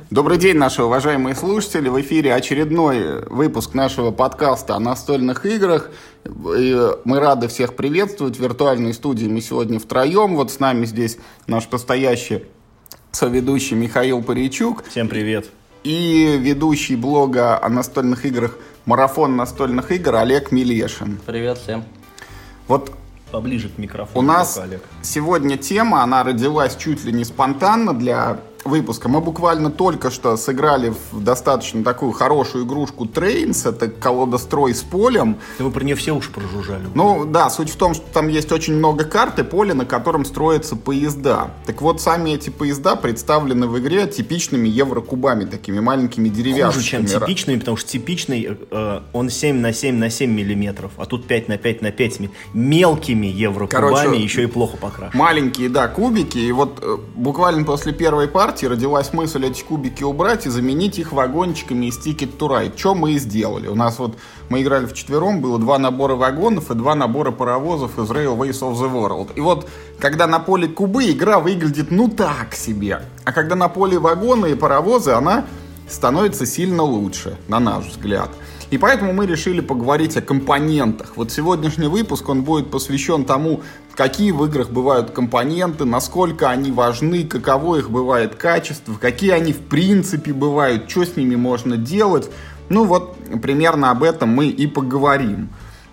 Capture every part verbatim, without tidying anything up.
Добрый день, наши уважаемые слушатели. В эфире очередной выпуск нашего подкаста о настольных играх. И мы рады всех приветствовать. В виртуальной студии мы сегодня втроем. Вот с нами здесь наш постоящий соведущий Михаил Паричук. Всем привет. И ведущий блога о настольных играх «Марафон настольных игр» Олег Милешин. Привет всем. Вот поближе к микрофону. У нас только, Олег. Сегодня тема, она родилась чуть ли не спонтанно для выпуска. Мы буквально только что сыграли в достаточно такую хорошую игрушку Trains. Это колодострой с полем. Да вы про нее все уши прожужжали. Ну да, суть в том, что там есть очень много карт и поля, на котором строятся поезда. Так вот, сами эти поезда представлены в игре типичными еврокубами, такими маленькими деревяшками. Хуже, чем типичными, потому что типичный э, он семь на семь на семь миллиметров, а тут пять на пять на пять мелкими еврокубами. Короче, еще и плохо покрашены. Маленькие, да, кубики. И вот э, буквально после первой партии родилась мысль эти кубики убрать и заменить их вагончиками из Ticket to Ride. Что мы и сделали. У нас вот, мы играли вчетвером, было два набора вагонов и два набора паровозов из Railways of the World. И вот, когда на поле кубы, игра выглядит ну так себе. А когда на поле вагоны и паровозы, она становится сильно лучше, на наш взгляд. И поэтому мы решили поговорить о компонентах. Вот сегодняшний выпуск, он будет посвящен тому, какие в играх бывают компоненты, насколько они важны, каково их бывает качество, какие они в принципе бывают, что с ними можно делать. Ну вот, примерно об этом мы и поговорим.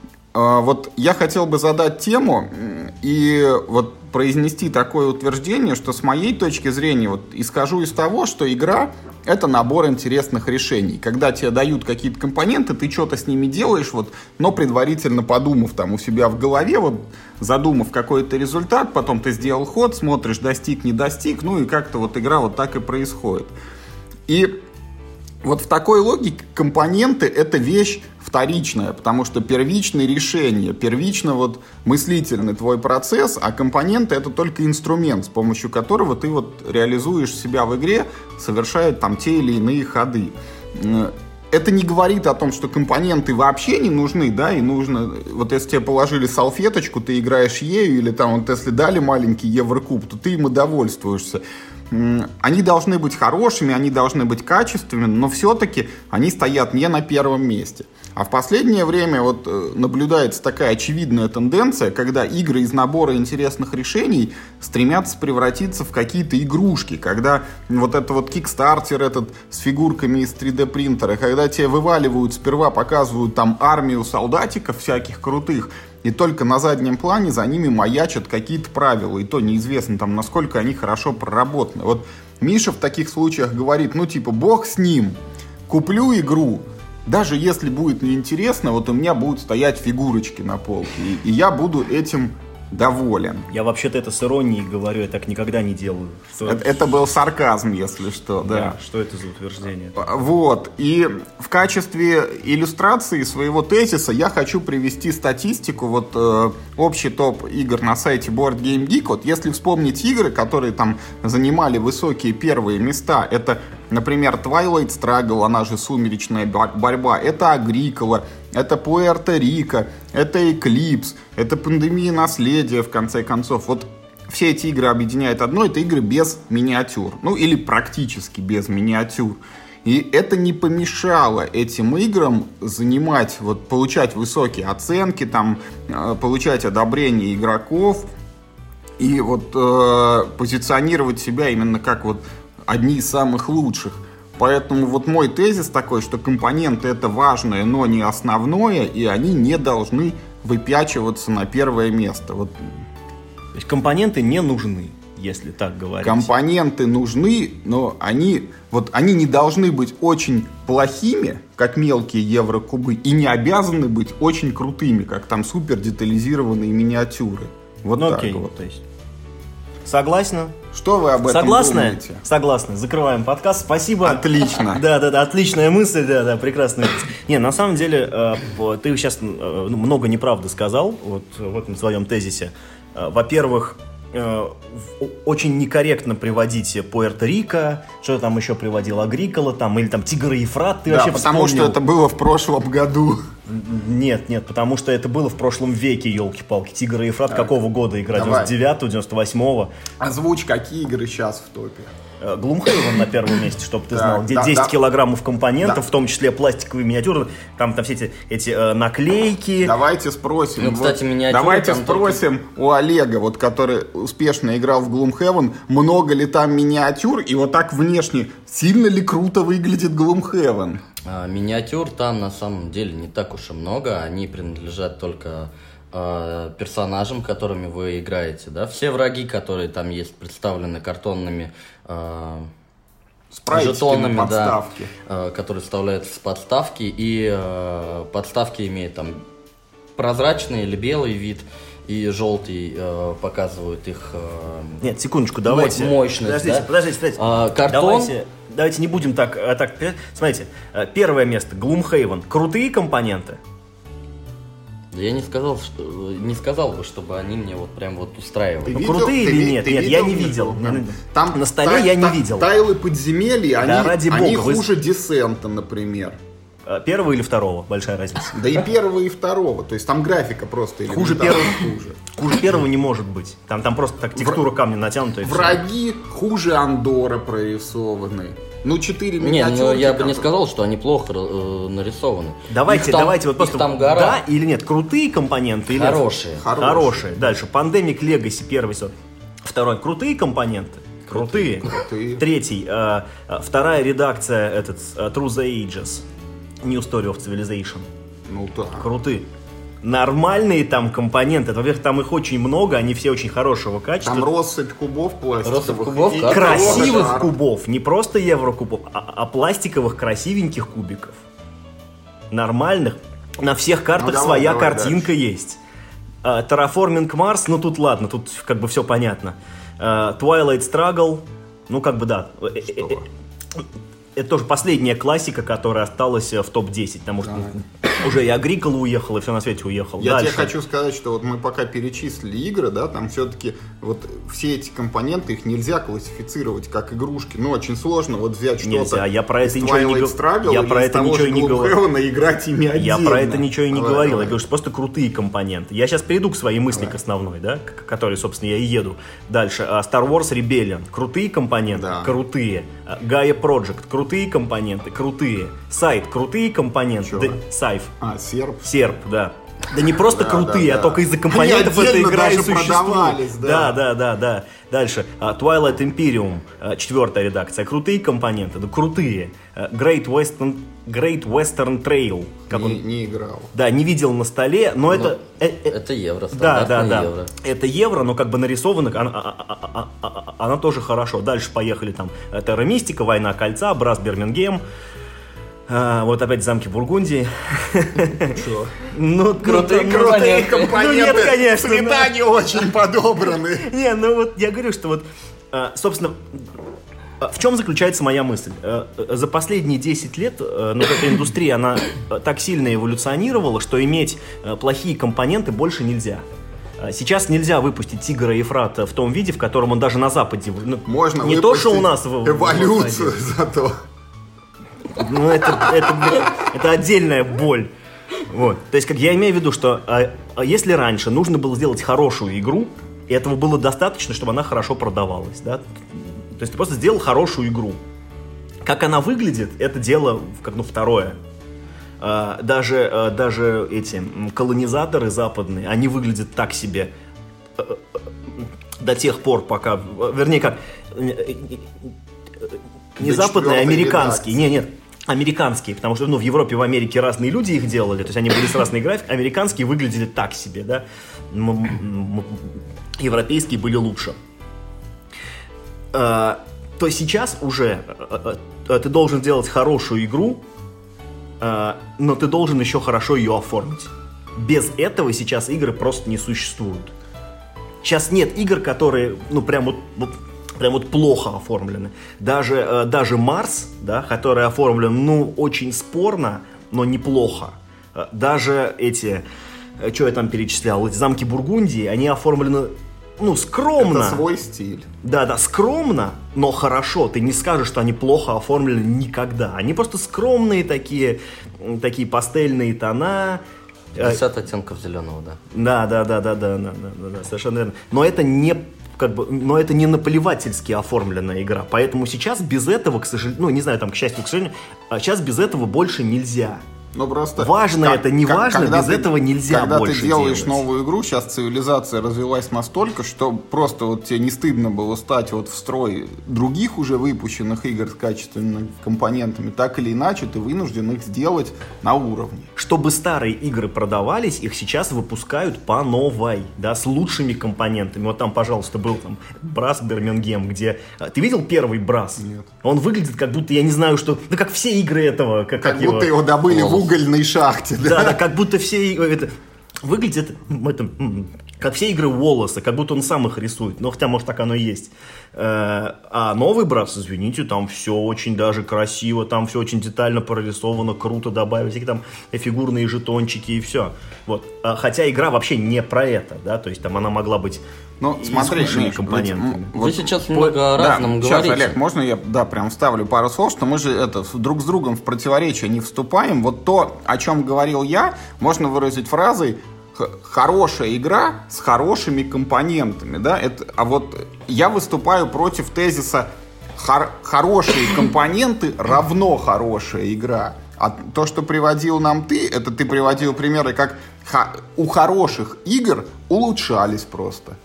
Вот я хотел бы задать тему и вот произнести такое утверждение, что с моей точки зрения, вот исхожу из того, что игра — это набор интересных решений. Когда тебе дают какие-то компоненты, ты что-то с ними делаешь, вот, но предварительно подумав там у себя в голове, вот, задумав какой-то результат, потом ты сделал ход, смотришь, достиг, не достиг, ну и как-то вот игра вот так и происходит. И вот в такой логике компоненты — это вещь вторичная, потому что первичное решение, первично вот мыслительный твой процесс, а компоненты — это только инструмент, с помощью которого ты вот реализуешь себя в игре, совершая там те или иные ходы. Это не говорит о том, что компоненты вообще не нужны, да, и нужно, вот если тебе положили салфеточку, ты играешь ею, или там вот если дали маленький еврокуб, то ты им и довольствуешься. Они должны быть хорошими, они должны быть качественными, но все-таки они стоят не на первом месте. А в последнее время вот наблюдается такая очевидная тенденция, когда игры из набора интересных решений стремятся превратиться в какие-то игрушки, когда вот это вот кикстартер этот с фигурками из три дэ принтера, когда тебе вываливают, сперва показывают там армию солдатиков всяких крутых, и только на заднем плане за ними маячат какие-то правила, и то неизвестно там, насколько они хорошо проработаны. Вот Миша в таких случаях говорит, ну типа, бог с ним, куплю игру, даже если будет неинтересно, вот у меня будут стоять фигурочки на полке, и, и я буду этим доволен. Я вообще-то это с иронией говорю, я так никогда не делаю. Что... Это, это был сарказм, если что, да. Да. Что это за утверждение? Вот, и в качестве иллюстрации своего тезиса я хочу привести статистику, вот э, общий топ игр на сайте Board Game Geek. Вот если вспомнить игры, которые там занимали высокие первые места, это, например, Twilight Struggle, она же Сумеречная борьба, это Agricola, это Пуэрто-Рико, это Eclipse, это Пандемия наследия, в конце концов. Вот все эти игры объединяет одно, это игры без миниатюр. Ну, или практически без миниатюр. И это не помешало этим играм занимать, вот, получать высокие оценки, там, э, получать одобрение игроков и вот э, позиционировать себя именно как вот одни из самых лучших. Поэтому вот мой тезис такой, что компоненты — это важное, но не основное, и они не должны выпячиваться на первое место. Вот. То есть компоненты не нужны, если так говорить. Компоненты нужны, но они, вот, они не должны быть очень плохими, как мелкие еврокубы, и не обязаны быть очень крутыми, как там супер детализированные миниатюры. Вот ну, так окей, вот. То есть... Согласна? Что вы об этом Согласны? думаете? Согласны. Закрываем подкаст. Спасибо. Отлично. Да, да, да, отличная мысль, да, да, прекрасная мысль. Не, на самом деле, э, ты сейчас э, много неправды сказал вот в этом своем тезисе. Э, во-первых, э, очень некорректно приводить Пуэрто-Рико, что там еще приводил Агрикола, там, или там Тигр и Ефрат, ты да, вообще потому вспомнил. что это было в прошлом году. Нет, нет, потому что это было в прошлом веке, елки-палки. Тигр и Ефрат так, какого года игра? девяносто девятого, девяносто восьмого. Озвучь, какие игры сейчас в топе? Gloomhaven на первом месте, чтобы ты Да, знал, где да, десять да. килограммов компонентов, Да. в том числе пластиковые миниатюры, там, там все эти, эти э, наклейки. Давайте спросим. Ну, кстати, вот, миниатюры давайте там спросим у Олега, вот, который успешно играл в Gloomhaven, много ли там миниатюр, и вот так внешне, сильно ли круто выглядит Gloomhaven? А, миниатюр там на самом деле не так уж и много, они принадлежат только э, персонажам, которыми вы играете, да. Все враги, которые там есть, представлены картонными э, Спрайтики жетонами, на да, подставке. э, которые вставляются с подставки, и э, подставки имеют там прозрачный или белый вид, и желтый э, показывают их э, Нет, секундочку, давайте. мощность, Подождите, да? подождите, подождите. А, картон? Давайте, давайте не будем так, а, так. Смотрите, э, первое место, Gloomhaven. Крутые компоненты. Да я не сказал, что, не сказал бы, чтобы они мне вот прям вот устраивали. Ты Ну, видел- крутые ты или ви- нет? ты Нет, я не видел. Там, там На столе тай- я не та- видел. Тайлы подземелья, они, Да ради они бога, вы- хуже Десента, например. Э, Первого или второго? Большая разница. Да и первого, и второго. То есть там графика просто Хуже элементарно первого. хуже. Хуже первого не может быть. Там, там просто так текстура камня натянута. и всё. Враги хуже Андора прорисованы. Ну, четыре Не, миниатюрки. ну я бы не которые- сказал, что они плохо э, нарисованы. Давайте, Их там- давайте вот их просто там гора. да или нет, крутые компоненты или нет? Хорошие. Хорошие. Хорошие. Дальше. Pandemic Legacy первый сорт. Второй. Крутые компоненты. Крутые. Крутые. Третий. э, э, вторая редакция этот э, Through the Ages. New Story of Civilization. Ну да. Крутые. Нормальные там компоненты. Во-первых, там их очень много, они все очень хорошего качества. Там россыпь кубов пластиковых. Россыпь кубов, и- да. Красивых Жар. кубов, не просто еврокубов, а, а пластиковых красивеньких кубиков. Нормальных. На всех картах Ну, давай, своя давай картинка есть. А, Terraforming Mars, ну тут ладно, тут как бы все понятно. А, Twilight Struggle, ну как бы да. Э, э, э, э, Это тоже последняя классика, которая осталась э, в топ десять, потому что уже и Agricola уехал, и все на свете уехал. Я Дальше. тебе хочу сказать, что вот мы пока перечислили игры, да, там все-таки вот все эти компоненты, их нельзя классифицировать как игрушки. Ну, очень сложно вот взять что-то Нельзя, я про это из ничего и не Twilight гов- Struggle я или про из это того ничего же и не говорю. Gloomhaven и играть ими отдельно. Я про это ничего и не Давай, говорил. давай. Я говорю, что просто крутые компоненты. Я сейчас перейду к своей мысли, к основной, да, к которой, собственно, я и еду. Дальше. А, Star Wars Rebellion. Крутые компоненты? Да. Крутые. А, Gaia Project. Крутые компоненты? Крутые. Сайт. Крутые компоненты? Чё? Да, Сайф. А, серп. Серп, да. Да не просто Да, крутые, да, а да. только из-за компонентов Они эта отдельно игра и даже существует. продавались, да. Да, да, да, да. Дальше. А, Twilight Imperium, а, четвертая редакция. Крутые компоненты? Да крутые. А, Great Western, Great Western Trail. Как Не, он? не играл. Да, не видел на столе, но это... э, э, Это евро, да, да, стандартный да. евро. Это евро, но как бы нарисовано, она, а- а- а- а- а- она тоже хорошо. Дальше поехали там Терра Мистика, Война Кольца, Брас Бирмингем. А, вот опять замки Бургундии. Чё? Ну, Крутые ну, компоненты. компоненты. Ну нет, конечно. Цвета ну. не очень подобраны. Не, ну вот я говорю, что вот, а, собственно, а, в чем заключается моя мысль? А, а, За последние десять лет а, ну, эта индустрия, она а, так сильно эволюционировала, что иметь а, плохие компоненты больше нельзя. А, Сейчас нельзя выпустить Тигра и Ефрата в том виде, в котором он даже на Западе. Ну, Можно не то, что у выпустить нас в- в- эволюцию в- зато. Ну, это, это, это отдельная боль. Вот. То есть, как я имею в виду, что а, а если раньше нужно было сделать хорошую игру, и этого было достаточно, чтобы она хорошо продавалась, да? То есть ты просто сделал хорошую игру. Как она выглядит, это дело как, ну, второе. А, даже, а, даже эти м, колонизаторы западные, они выглядят так себе э, э, до тех пор, пока, вернее, как э, э, не До западные, а четвертой американские. редакции. Не, нет, американские, потому что ну, в Европе, в Америке разные люди их делали, то есть они были с разной графикой. Американские выглядели так себе, да. М- м- м- Европейские были лучше. А, то сейчас уже а, а, ты должен делать хорошую игру, а, но ты должен еще хорошо ее оформить. Без этого сейчас игры просто не существуют. Сейчас нет игр, которые, ну, прям вот, вот, прям вот плохо оформлены. Даже, э, даже Марс, да, который оформлен, ну, очень спорно, но неплохо. Э, Даже эти, э, что я там перечислял, эти замки Бургундии, они оформлены, ну, скромно. Это свой стиль. Да, да, скромно, но хорошо. Ты не скажешь, что они плохо оформлены никогда. Они просто скромные такие, м, такие пастельные тона. Э, пятьдесят оттенков зеленого, да. Да, да, да, да, да, да, да, да, да, совершенно верно. Но это не как бы, но это не наплевательски оформленная игра. Поэтому сейчас без этого, к сожалению, ну, не знаю, там, к счастью, к сожалению, а сейчас без этого больше нельзя. Ну, просто важно как, это, не как, важно, без ты, этого нельзя когда больше Когда ты делаешь делать. новую игру, сейчас цивилизация развилась настолько, что просто вот тебе не стыдно было стать вот в строй других уже выпущенных игр с качественными компонентами. Так или иначе, ты вынужден их сделать на уровне. Чтобы старые игры продавались, их сейчас выпускают по новой, да, с лучшими компонентами. Вот там, пожалуйста, был там Брас Бирмингем, где... Ты видел первый Брас? Нет. Он выглядит, как будто, я не знаю, что... Ну, как все игры этого... Как, как, как будто его, его добыли в угольной шахте, да? Да, да, как будто все это выглядит это, как все игры Уоллеса, как будто он сам их рисует. Ну, хотя, может, так оно и есть. А новый Брас, извините, там все очень даже красиво, там все очень детально прорисовано, круто добавили всякие там фигурные жетончики и все. Вот. Хотя игра вообще не про это, да, то есть там она могла быть ну, смотри, Миш, компонентами. Вы вот, сейчас много о да, разном сейчас, говорите. Олег, можно я, да, прям вставлю пару слов, что мы же это, друг с другом в противоречие не вступаем. Вот то, о чем говорил я, можно выразить фразой «хорошая игра с хорошими компонентами». Да? Это, а вот я выступаю против тезиса хор- «хорошие компоненты равно хорошая игра». А то, что приводил нам ты, это ты приводил примеры, как ха- у хороших игр улучшались просто.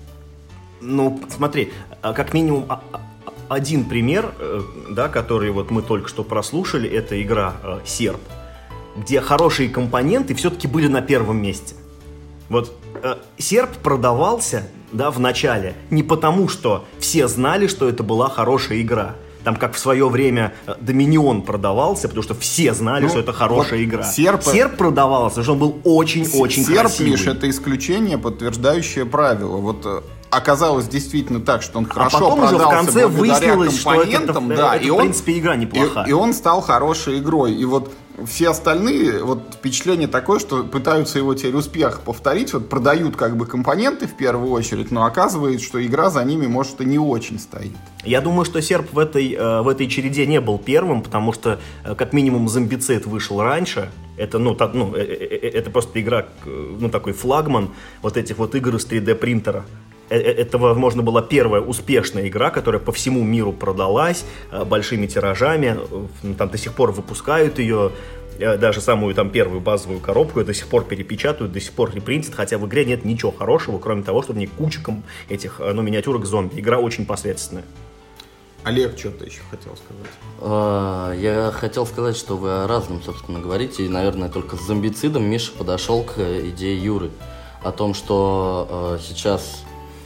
Ну, смотри, как минимум один пример, да, который вот мы только что прослушали, это игра «Серп», где хорошие компоненты все-таки были на первом месте. Вот «Серп» продавался, да, в начале не потому, что все знали, что это была хорошая игра. Там, как в свое время Доминион продавался, потому что все знали, ну, что это хорошая вот игра. Серп... Серп продавался, потому что он был очень-очень Серп, красивый. Миш, это исключение, подтверждающее правило. Вот оказалось действительно так, что он хорошо а потом продался уже в конце благодаря выяснилось, компонентам. Что это, да, это, и в он, принципе, игра неплохая. И, и он стал хорошей игрой. И вот все остальные, вот впечатление такое, что пытаются его теперь успех повторить, вот продают как бы компоненты в первую очередь, но оказывается, что игра за ними, может, и не очень стоит. Я думаю, что Серп в этой, в этой череде не был первым, потому что, как минимум, Зомбицид вышел раньше. Это, ну, так, ну, это просто игра, ну, такой флагман вот этих вот игр из три дэ принтера. Это, возможно, была первая успешная игра, которая по всему миру продалась большими тиражами. Там до сих пор выпускают ее, даже самую там первую базовую коробку, до сих пор перепечатают, до сих пор репринтят, хотя в игре нет ничего хорошего, кроме того, что в ней куча этих, ну, миниатюрок зомби. Игра очень посредственная. Олег, что ты еще хотел сказать? Я хотел сказать, что вы о разном, собственно, говорите, и, наверное, только с Зомбицидом Миша подошел к идее Юры о том, что сейчас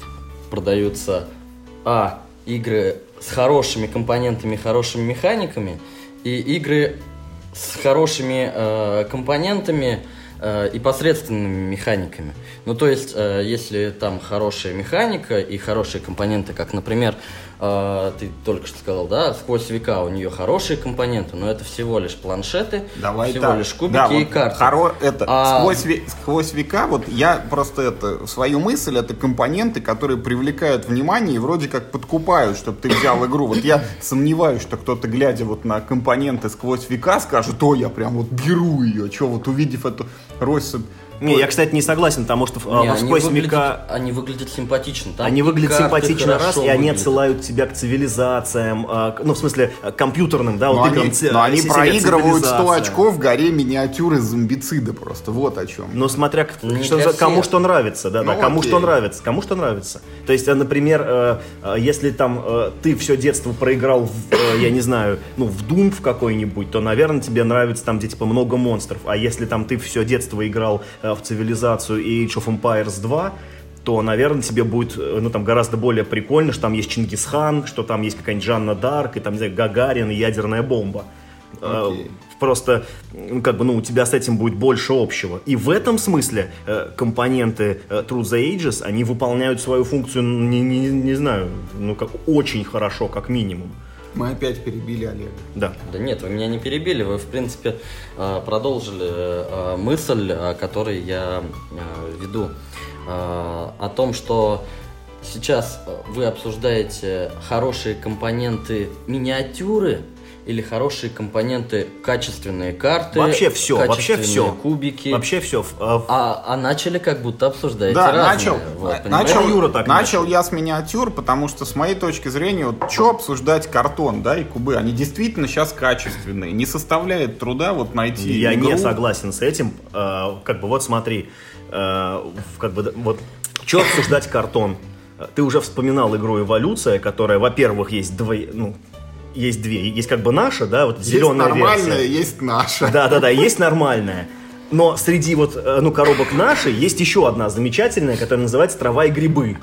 продаются а, игры с хорошими компонентами, хорошими механиками, и игры с хорошими э, компонентами э, и посредственными механиками. Ну, то есть, э, если там хорошая механика и хорошие компоненты, как, например, э, ты только что сказал, да, «Сквозь века» у нее хорошие компоненты, но это всего лишь планшеты, Давай всего так. лишь кубики да, и вот карты. Хоро... Это, а... сквозь, ве... сквозь века, вот я просто это, свою мысль, это компоненты, которые привлекают внимание и вроде как подкупают, чтобы ты взял игру. Вот я сомневаюсь, что кто-то, глядя вот на компоненты «Сквозь века», скажет: о, я прям вот беру ее, что вот увидев эту россыпь. Не, я, кстати, не согласен, потому что не, в «Сквозь они века» выглядят, они выглядят симпатично. Там они выглядят симпатично раз, и они выглядят. отсылают тебя к цивилизациям, э, ну, в смысле, к компьютерным, да, но вот они, играм. Но они проигрывают цивилизация. сто очков в горе миниатюры зомбицида просто, вот о чем. Но смотря не что, кому что нравится, да, ну, да, кому окей. что нравится, кому что нравится. То есть, например, э, э, если там э, ты все детство проиграл, в, э, я не знаю, ну, в Doom в какой-нибудь, то, наверное, тебе нравится там, где типа много монстров. А если там ты все детство играл э, в цивилизацию и Age of Empires два, то, наверное, тебе будет, ну, там, гораздо более прикольно, что там есть Чингисхан, что там есть какая-нибудь Жанна Дарк, и там, не знаю, Гагарин и ядерная бомба. Okay. Просто, как бы, ну, у тебя с этим будет больше общего. И в этом смысле компоненты Through the Ages, они выполняют свою функцию, не, не, не знаю, ну, как очень хорошо, как минимум. Мы опять перебили Олега. Да. Да нет, вы меня не перебили, вы, в принципе, продолжили мысль, о которой я веду. О том, что сейчас вы обсуждаете хорошие компоненты миниатюры или хорошие компоненты, качественные карты, вообще все, вообще все, кубики. Вообще все. А, а начали как будто обсуждать да, разные. начал, вот, начал, Юра так начал я с миниатюр, потому что с моей точки зрения, вот что обсуждать картон, да, и кубы, они действительно сейчас качественные, не составляет труда вот найти Я игру. не согласен с этим, э, как бы вот смотри, э, как бы вот, что обсуждать картон? Ты уже вспоминал игру «Эволюция», которая, во-первых, есть две, ну, есть две, есть как бы наша, да, вот зеленая версия. Есть нормальная, версия. есть наша. Да-да-да, есть нормальная. Но среди вот, ну, коробок нашей есть еще одна замечательная, которая называется «Трава и грибы».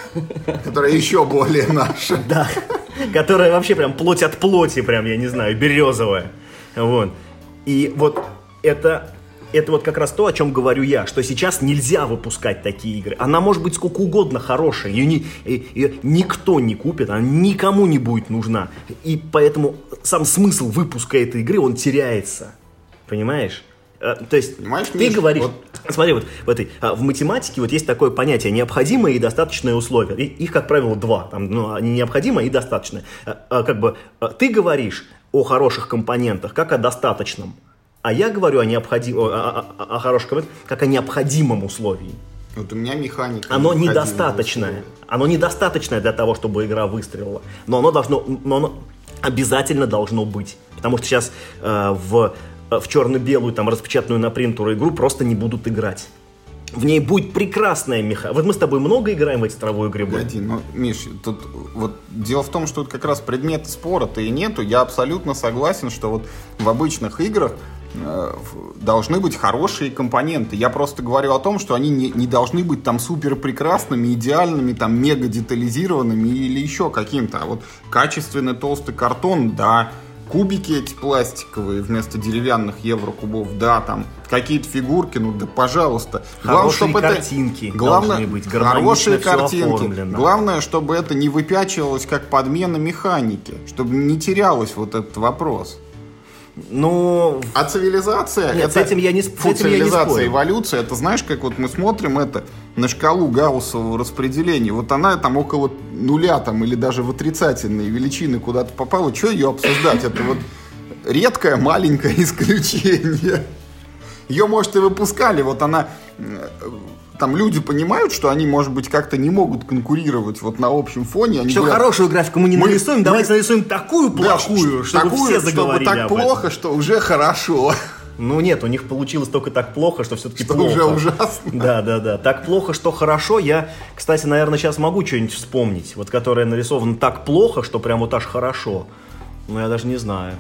Которая еще более наша. Да, которая вообще прям плоть от плоти, прям, я не знаю, березовая. Вот. И вот это... Это вот как раз то, о чем говорю я, что сейчас нельзя выпускать такие игры. Она может быть сколько угодно хорошая, ее, не, ее никто не купит, она никому не будет нужна. И поэтому сам смысл выпуска этой игры, он теряется. Понимаешь? То есть Понимаешь, ты Миш, говоришь, вот... смотри, вот в, этой, в математике вот есть такое понятие необходимые и достаточные условия. И, их, как правило, два. Там, ну, они необходимые и достаточные. Как бы ты говоришь о хороших компонентах, как о достаточном. А я говорю о, необходим... о, о, о, о хорошем, как о необходимом условии. Вот у меня механика. Оно недостаточное. Оно недостаточное для того, чтобы игра выстрелила. Но оно должно, но оно обязательно должно быть. Потому что сейчас э, в, в черно-белую, там, распечатанную на принтеру игру просто не будут играть. В ней будет прекрасная механика. Вот мы с тобой много играем в эти траву и грибы. Погоди, ну, Миш, тут вот дело в том, что тут как раз предмета спора-то и нету. Я абсолютно согласен, что вот в обычных играх э, должны быть хорошие компоненты. Я просто говорю о том, что они не, не должны быть там супер прекрасными, идеальными, там мега детализированными или еще каким-то. А вот качественный толстый картон, да. Кубики эти пластиковые вместо деревянных еврокубов, да, там какие-то фигурки, ну да, пожалуйста. Хорошие Главное, картинки это... Главное, должны быть, хорошие картинки. Главное, чтобы это не выпячивалось как подмена механики, чтобы не терялось вот этот вопрос. Ну, а цивилизация, нет, это, с этим я не, фу, с этим я не спорю. Эволюция, это знаешь, как вот мы смотрим это на шкалу гауссового распределения, вот она там около нуля там или даже в отрицательные величины куда-то попала, что ее обсуждать? Это вот редкое маленькое исключение. Ее, может, и выпускали, вот она... Там люди понимают, что они, может быть, как-то не могут конкурировать вот на общем фоне. Они что говорят, хорошую графику мы не мы, нарисуем, мы, давайте нарисуем такую да, плохую, чтобы такую, все заговорили чтобы так об этом. Плохо, что уже хорошо. Ну нет, у них получилось только так плохо, что все-таки что плохо. Уже ужасно. Да, да, да. Так плохо, что хорошо. Я, кстати, наверное, сейчас могу что-нибудь вспомнить, вот которое нарисовано так плохо, что прям вот аж хорошо. Ну я даже не знаю.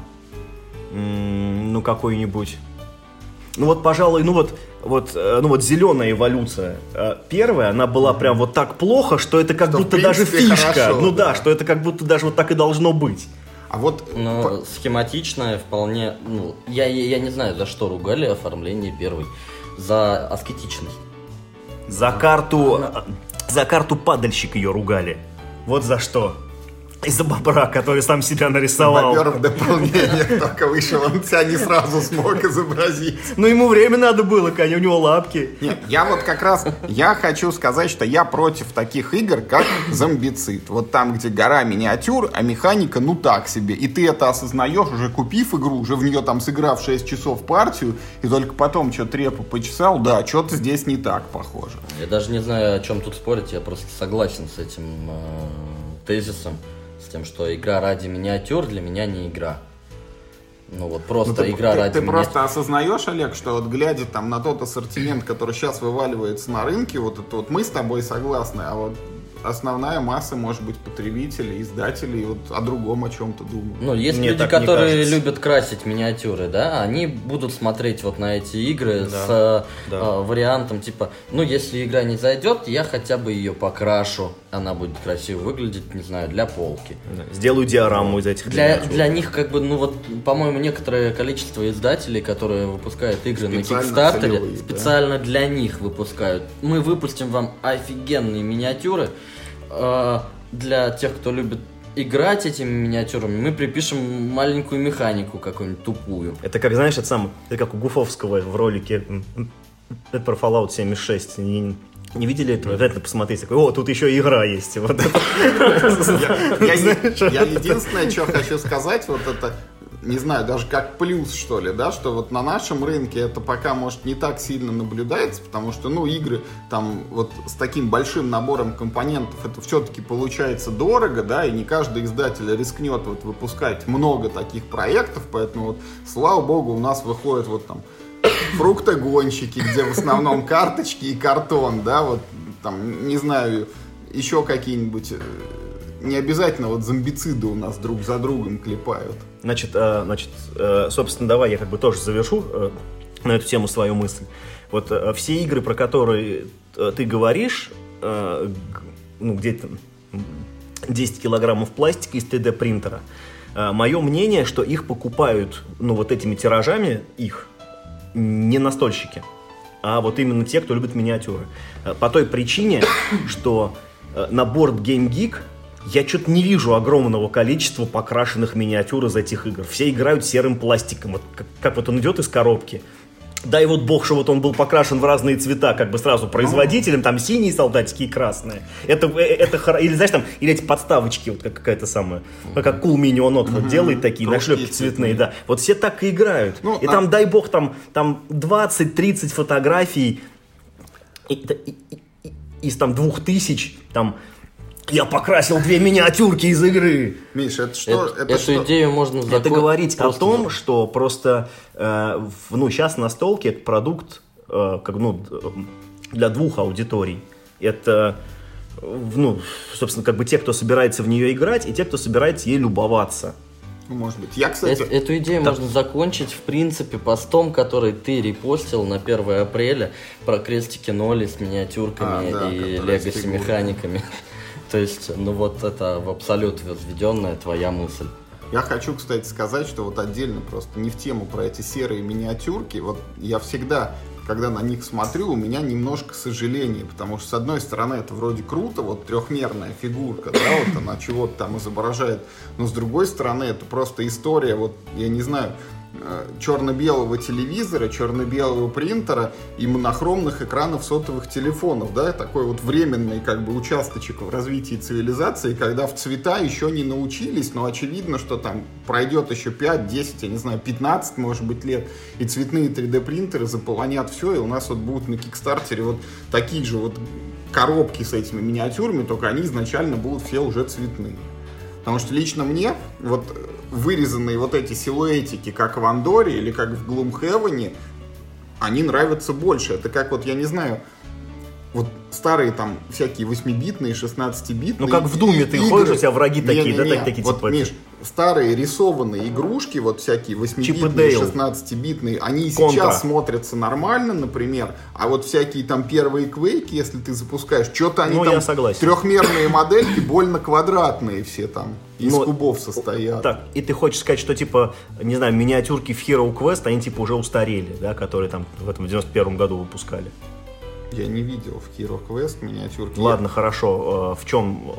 М-м, ну какой-нибудь. Ну вот, пожалуй, ну вот, вот, ну вот зеленая эволюция первая, она была прям вот так плохо, что это как что будто даже фишка. Хорошо, ну да. да, что это как будто даже вот так и должно быть. А вот но по... схематичная вполне, ну, я, я, я не знаю, за что ругали оформление первой. За аскетичность. За карту, она... за карту падальщик ее ругали. Вот за что. Из-за бобра, который сам себя нарисовал. Бобер в дополнениях только вышел, он тебя не сразу смог изобразить. Ну, ему время надо было, Каня, у него лапки. Нет, я вот как раз, я хочу сказать, что я против таких игр, как Зомбицид. Вот там, где гора миниатюр, а механика ну так себе. И ты это осознаешь, уже купив игру, уже в нее там сыграв шесть часов партию, и только потом что-то репу почесал, да, что-то здесь не так похоже. Я даже не знаю, о чем тут спорить, я просто согласен с этим э, тезисом. С тем, что игра ради миниатюр для меня не игра. Ну вот просто ну, ты, игра ты, ради Ты миниатюр. просто осознаешь, Олег, что вот глядя там на тот ассортимент, который сейчас вываливается на рынке, вот это вот мы с тобой согласны, а вот основная масса, может быть, потребителей, издателей вот о другом о чем-то думают. Ну, есть Мне люди, которые любят красить миниатюры, да, они будут смотреть вот на эти игры да, с да. э, вариантом типа, ну, если игра не зайдет, я хотя бы ее покрашу, она будет красиво выглядеть, не знаю, для полки. Да. Сделаю диораму из этих для, для них, как бы, ну вот, по-моему, некоторое количество издателей, которые выпускают игры специально на Кикстартере, целевые, специально да? для них выпускают. Мы выпустим вам офигенные миниатюры. Для тех, кто любит играть этими миниатюрами, мы припишем маленькую механику какую-нибудь тупую. Это как, знаешь, это сам, это как у Гуфовского в ролике это про Fallout семьдесят шесть. Не, не видели этого? Обязательно посмотрите. О, тут еще игра есть. Я единственное, что хочу сказать, вот это не знаю, даже как плюс, что ли, да, что вот на нашем рынке это пока, может, не так сильно наблюдается, потому что, ну, игры там вот с таким большим набором компонентов, это все-таки получается дорого, да, и не каждый издатель рискнет вот выпускать много таких проектов, поэтому вот, слава богу, у нас выходят вот там фруктогонщики, где в основном карточки и картон, да, вот там, не знаю, еще какие-нибудь... Не обязательно вот зомбициды у нас друг за другом клепают. Значит, э, значит э, собственно, давай я как бы тоже завершу э, на эту тему свою мысль. Вот э, все игры, про которые э, ты говоришь, э, ну, где-то десять килограммов пластика из три дэ принтера, э, мое мнение, что их покупают, ну, вот этими тиражами, их, не настольщики, а вот именно те, кто любит миниатюры. Э, по той причине, что э, на Board Game Geek я что-то не вижу огромного количества покрашенных миниатюр из этих игр. Все играют серым пластиком. Вот как, как вот он идет из коробки. Дай вот бог, что вот он был покрашен в разные цвета, как бы сразу производителем, там синие солдатики и красные. Это, это или знаешь, там, или эти подставочки, вот как какая-то самая, как Cool Mini Onot вот делает такие нашлепки цветные, да. Вот все так и играют. Ну, и а... там, дай бог, там, там двадцать-тридцать фотографий и, и, и, из там двух тысяч, там, я покрасил две миниатюрки из игры. Миш, это что? Это, это эту что? идею можно закон... Это говорить о том, что просто э, в, ну, сейчас настолки это продукт э, как, ну, для двух аудиторий. Это, ну, собственно, как бы те, кто собирается в нее играть, и те, кто собирается ей любоваться. Может быть. Я, кстати... Эту, эту идею да. можно закончить, в принципе, постом, который ты репостил на первое апреля про крестики Ноли с миниатюрками а, да, и легаси-механиками. То есть, ну вот это в абсолют возведенная твоя мысль. Я хочу, кстати, сказать, что вот отдельно просто не в тему про эти серые миниатюрки. Вот я всегда, когда на них смотрю, у меня немножко сожаление, потому что, с одной стороны, это вроде круто, вот трехмерная фигурка, да, вот она чего-то там изображает, но с другой стороны, это просто история, вот, я не знаю, черно-белого телевизора, черно-белого принтера и монохромных экранов сотовых телефонов, да, такой вот временный как бы участочек в развитии цивилизации, когда в цвета еще не научились, но очевидно, что там пройдет еще пять, десять, я не знаю, пятнадцать, может быть, лет, и цветные три дэ принтеры заполонят все, и у нас вот будут на Кикстартере вот такие же вот коробки с этими миниатюрами, только они изначально будут все уже цветные. Потому что лично мне вот вырезанные вот эти силуэтики, как в Андоре или как в Gloomhaven, они нравятся больше. Это как вот, я не знаю, вот старые там всякие восьмибитные, шестнадцатибитные. Ну как в Думе ты ходишь, у тебя враги такие, не, не, не. да, такие вот, типа. Миш, старые рисованные игрушки, вот всякие восьмибитные, шестнадцатибитные, они и сейчас смотрятся нормально, например, а вот всякие там первые квейки, если ты запускаешь, что-то они ну, там трехмерные модельки больно квадратные все там, из Но, кубов состоят. Так, и ты хочешь сказать, что типа, не знаю, миниатюрки в Hero Quest, они типа уже устарели, да, которые там в этом девяносто первом году выпускали? Я не видел в Hero Quest миниатюрки. Ладно, хорошо. В чем...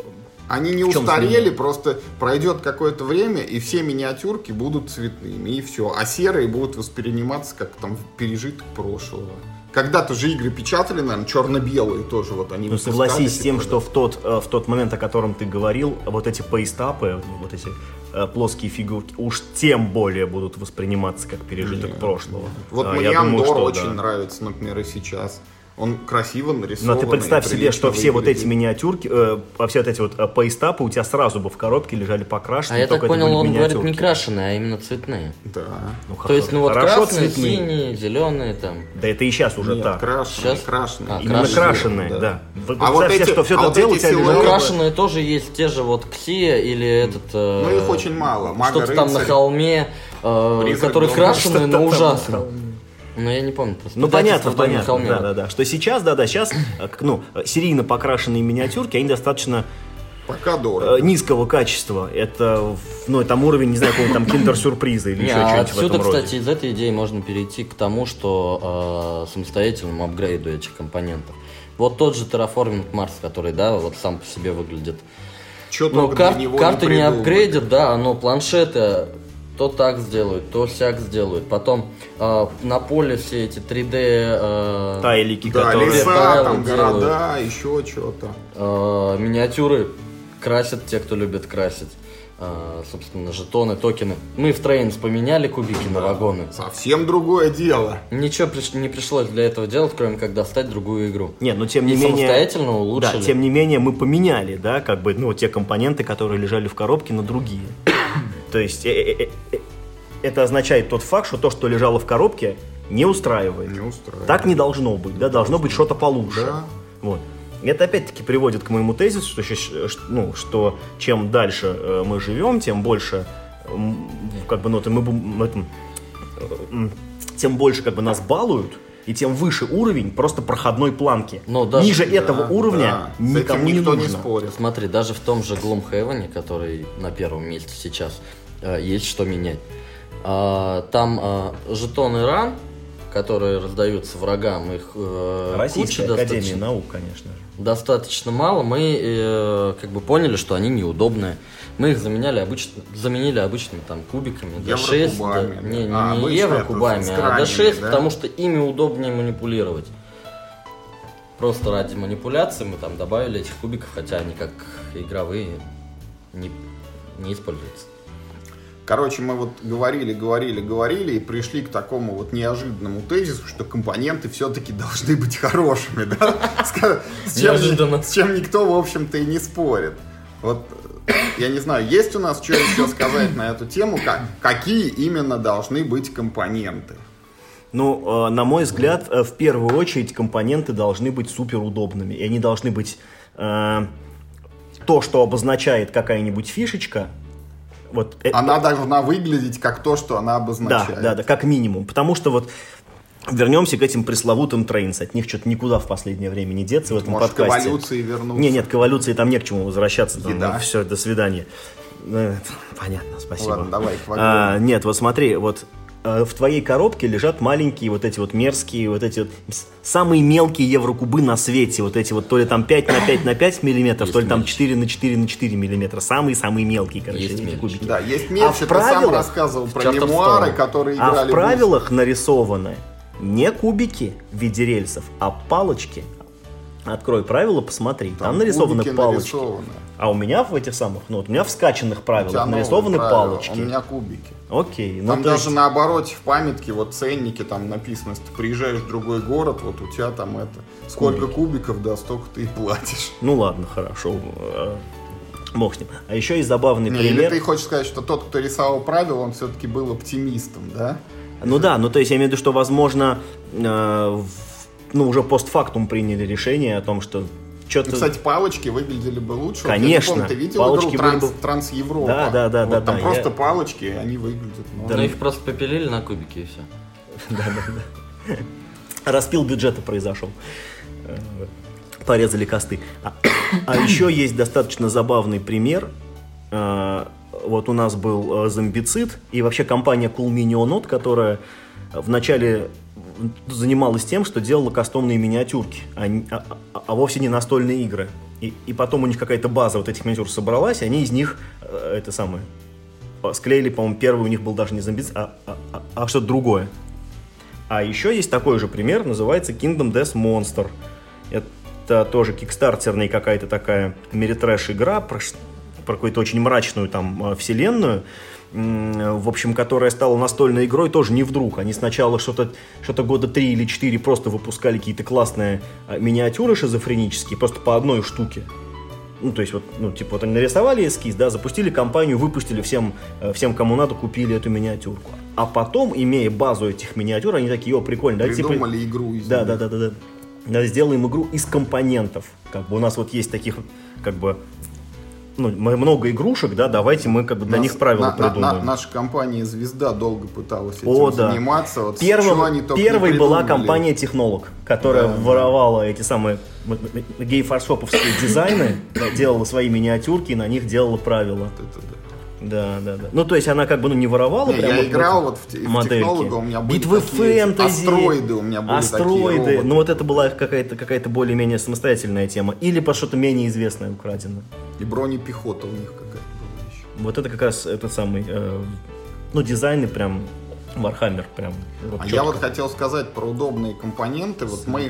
Они не устарели, просто пройдет какое-то время, и все миниатюрки будут цветными, и все. А серые будут восприниматься как там пережиток прошлого. Когда-то же игры печатали, наверное, черно-белые тоже. Вот они. Ну, согласись с тем, что в тот, в тот момент, о котором ты говорил, вот эти пейстапы, вот эти плоские фигурки, уж тем более будут восприниматься как пережиток Нет. прошлого. Вот а, мне Андор очень да. нравится, например, и сейчас. Он красиво нарисован. Но ты представь себе, что все вот эти миниатюрки, э, все вот эти вот э, пейстапы у тебя сразу бы в коробке лежали покрашенные. А я так понял, он говорит не крашеные, а именно цветные. Да. Ну, То есть, ну вот красные, цветные. Синие, зеленые там. Да это и сейчас уже Нет, так. крашеные, сейчас? крашеные. А, Именно крашеные, крашеные, да. да. Вы, а вот эти, что все а это вот дело у тебя лежало. Крашеные тоже есть те же вот Ксия или этот... Э, ну их очень мало. Что-то там на холме, э, которые крашеные, но ужасно. Ну, я не помню просто. Ну, понятно, понятно, да, да, да. Что сейчас, да, да, сейчас, ну, серийно покрашенные миниатюрки, они достаточно пока дорого. Низкого качества. Это, ну, там уровень, не знаю, какого-то там киндер-сюрприза или еще что-нибудь в этом роде. Кстати, из этой идеи можно перейти к тому, что э, самостоятельному апгрейду этих компонентов. Вот тот же Terraforming Mars, который, да, вот сам по себе выглядит. Но кар- карты не, не апгрейдят, да, но планшеты... То так сделают, то сяк сделают. Потом э, на поле все эти три дэ... Э, Тайлики, да, которые... леса, там, города, еще что-то. Э, миниатюры красят те, кто любит красить. собственно, жетоны, токены. Мы в Trains поменяли кубики на вагоны. Совсем другое дело. Ничего не пришлось для этого делать, кроме как достать другую игру. Нет, но тем не и менее... самостоятельно улучшили. Да, тем не менее мы поменяли, да, как бы, ну, те компоненты, которые лежали в коробке, на другие. То есть это означает тот факт, что то, что лежало в коробке, не устраивает. Не устраивает. Так не должно быть, да, должно быть что-то получше. Да. Вот. Это опять-таки приводит к моему тезису, что, ну, что чем дальше мы живем, тем больше, как бы, ну, мы, это, тем больше как бы нас балуют, и тем выше уровень просто проходной планки. Но даже, Ниже да, этого уровня да. никому не нужно. Не спорит. Смотри, даже в том же Gloomhaven, который на первом месте сейчас, есть что менять. Там жетоны ран, которые раздаются врагам, их э, Российская куча Академия достаточно, наук, конечно же. Достаточно мало. Мы э, как бы поняли, что они неудобные. Мы их заменяли обычно, заменили обычными там кубиками ди шесть. Да, не не, а, не еврокубами, а ди шесть, да? Потому что ими удобнее манипулировать. Просто ради манипуляции мы там добавили этих кубиков, хотя они как игровые не, не используются. Короче, мы вот говорили, говорили, говорили и пришли к такому вот неожиданному тезису, что компоненты все-таки должны быть хорошими, да? С чем, с чем никто, в общем-то, и не спорит. Вот, я не знаю, есть у нас что еще сказать на эту тему, как, какие именно должны быть компоненты? Ну, на мой взгляд, в первую очередь компоненты должны быть суперудобными. И они должны быть э, то, что обозначает какая-нибудь фишечка. Вот, она это... должна выглядеть как то, что она обозначает. Да, да, да, как минимум. Потому что вот вернемся к этим пресловутым Trains. От них что-то никуда в последнее время не деться в этом Может, подкасте. Может, к эволюции вернуться. Не, нет, к эволюции там не к чему возвращаться. Там, да. Ну, все, до свидания. Понятно, спасибо. Ладно, давай к а, Нет, вот смотри, вот в твоей коробке лежат маленькие вот эти вот мерзкие, вот эти вот самые мелкие еврокубы на свете. Вот эти вот то ли там пять на пять на пять миллиметров, есть то ли там четыре на четыре на четыре миллиметра. Самые-самые мелкие, короче, есть эти кубики. Да, есть мелочи. А ты сам рассказывал про мемуары, которые играли. А в правилах нарисованы не кубики в виде рельсов, а палочки. Открой правила, посмотри. Там, там нарисованы палочки. Нарисованы. А у меня в этих самых, ну вот у меня в скачанных правилах нарисованы правила, палочки. У меня кубики. Окей. Там ну, даже есть... на обороте в памятке, вот ценники там написано, если ты приезжаешь в другой город, вот у тебя там это, сколько Кубики. кубиков, да, столько ты и платишь. Ну ладно, хорошо. Бог с ним. А еще есть забавный Не, пример. Или ты хочешь сказать, что тот, кто рисовал правила, он все-таки был оптимистом, да? Ну да, ну то есть я имею в виду, что возможно, э, в, ну уже постфактум приняли решение о том, что что-то... Ну, кстати, палочки выглядели бы лучше. Конечно. Вот, помню, ты видел палочки игру Транс, бы... Транс-Европа? Да, да, да. Вот да там да, просто я... палочки, они выглядят... Ну, да, их просто попилили на кубики и все. Да, да, да. Распил бюджета произошел. Порезали косты. А, а еще есть достаточно забавный пример. Вот у нас был зомбицид, и вообще компания Cool Mini Not, которая вначале занималась тем, что делала кастомные миниатюрки, а, а, а вовсе не настольные игры. И, и потом у них какая-то база вот этих миниатюр собралась, и они из них, это самое, склеили, по-моему, первый у них был даже не зомбицид, а, а, а, а что-то другое. А еще есть такой же пример, называется Kingdom Death Monster. Это тоже кикстартерная какая-то такая мири-трэш игра про, про какую-то очень мрачную там вселенную, в общем, которая стала настольной игрой тоже не вдруг. Они сначала что-то, что-то года три или четыре просто выпускали какие-то классные миниатюры шизофренические, просто по одной штуке. Ну, то есть, вот, ну, типа, вот они нарисовали эскиз, да, запустили кампанию, выпустили всем, всем, кому надо, купили эту миниатюрку. А потом, имея базу этих миниатюр, они такие, о, прикольно, да, придумали типа, игру из да, да, да, да, да, да, сделаем игру из компонентов. Как бы у нас вот есть таких, как бы, ну, много игрушек, да, давайте мы как бы для нас, них правила на, придумаем. На, на, наша компания «Звезда» долго пыталась этим О, да. заниматься. Вот Первым, они первой была компания «Технолог», которая да, воровала да. эти самые гей-фаршоповские дизайны, делала свои миниатюрки и на них делала правила. Вот это да. Да, да, да. Ну, то есть она как бы ну, не воровала не, прямо я вот играл вот в, в «Технолога», у меня были битвы фэнтези, астроиды у меня были астроиды. такие Ну, вот это была какая-то, какая-то более-менее самостоятельная тема. Или по что-то менее известное украдено. И бронепехота у них какая-то была еще. Вот это как раз этот самый, э, ну, дизайны прям, Warhammer прям. Вот а четко. Я вот хотел сказать про удобные компоненты. Вот мы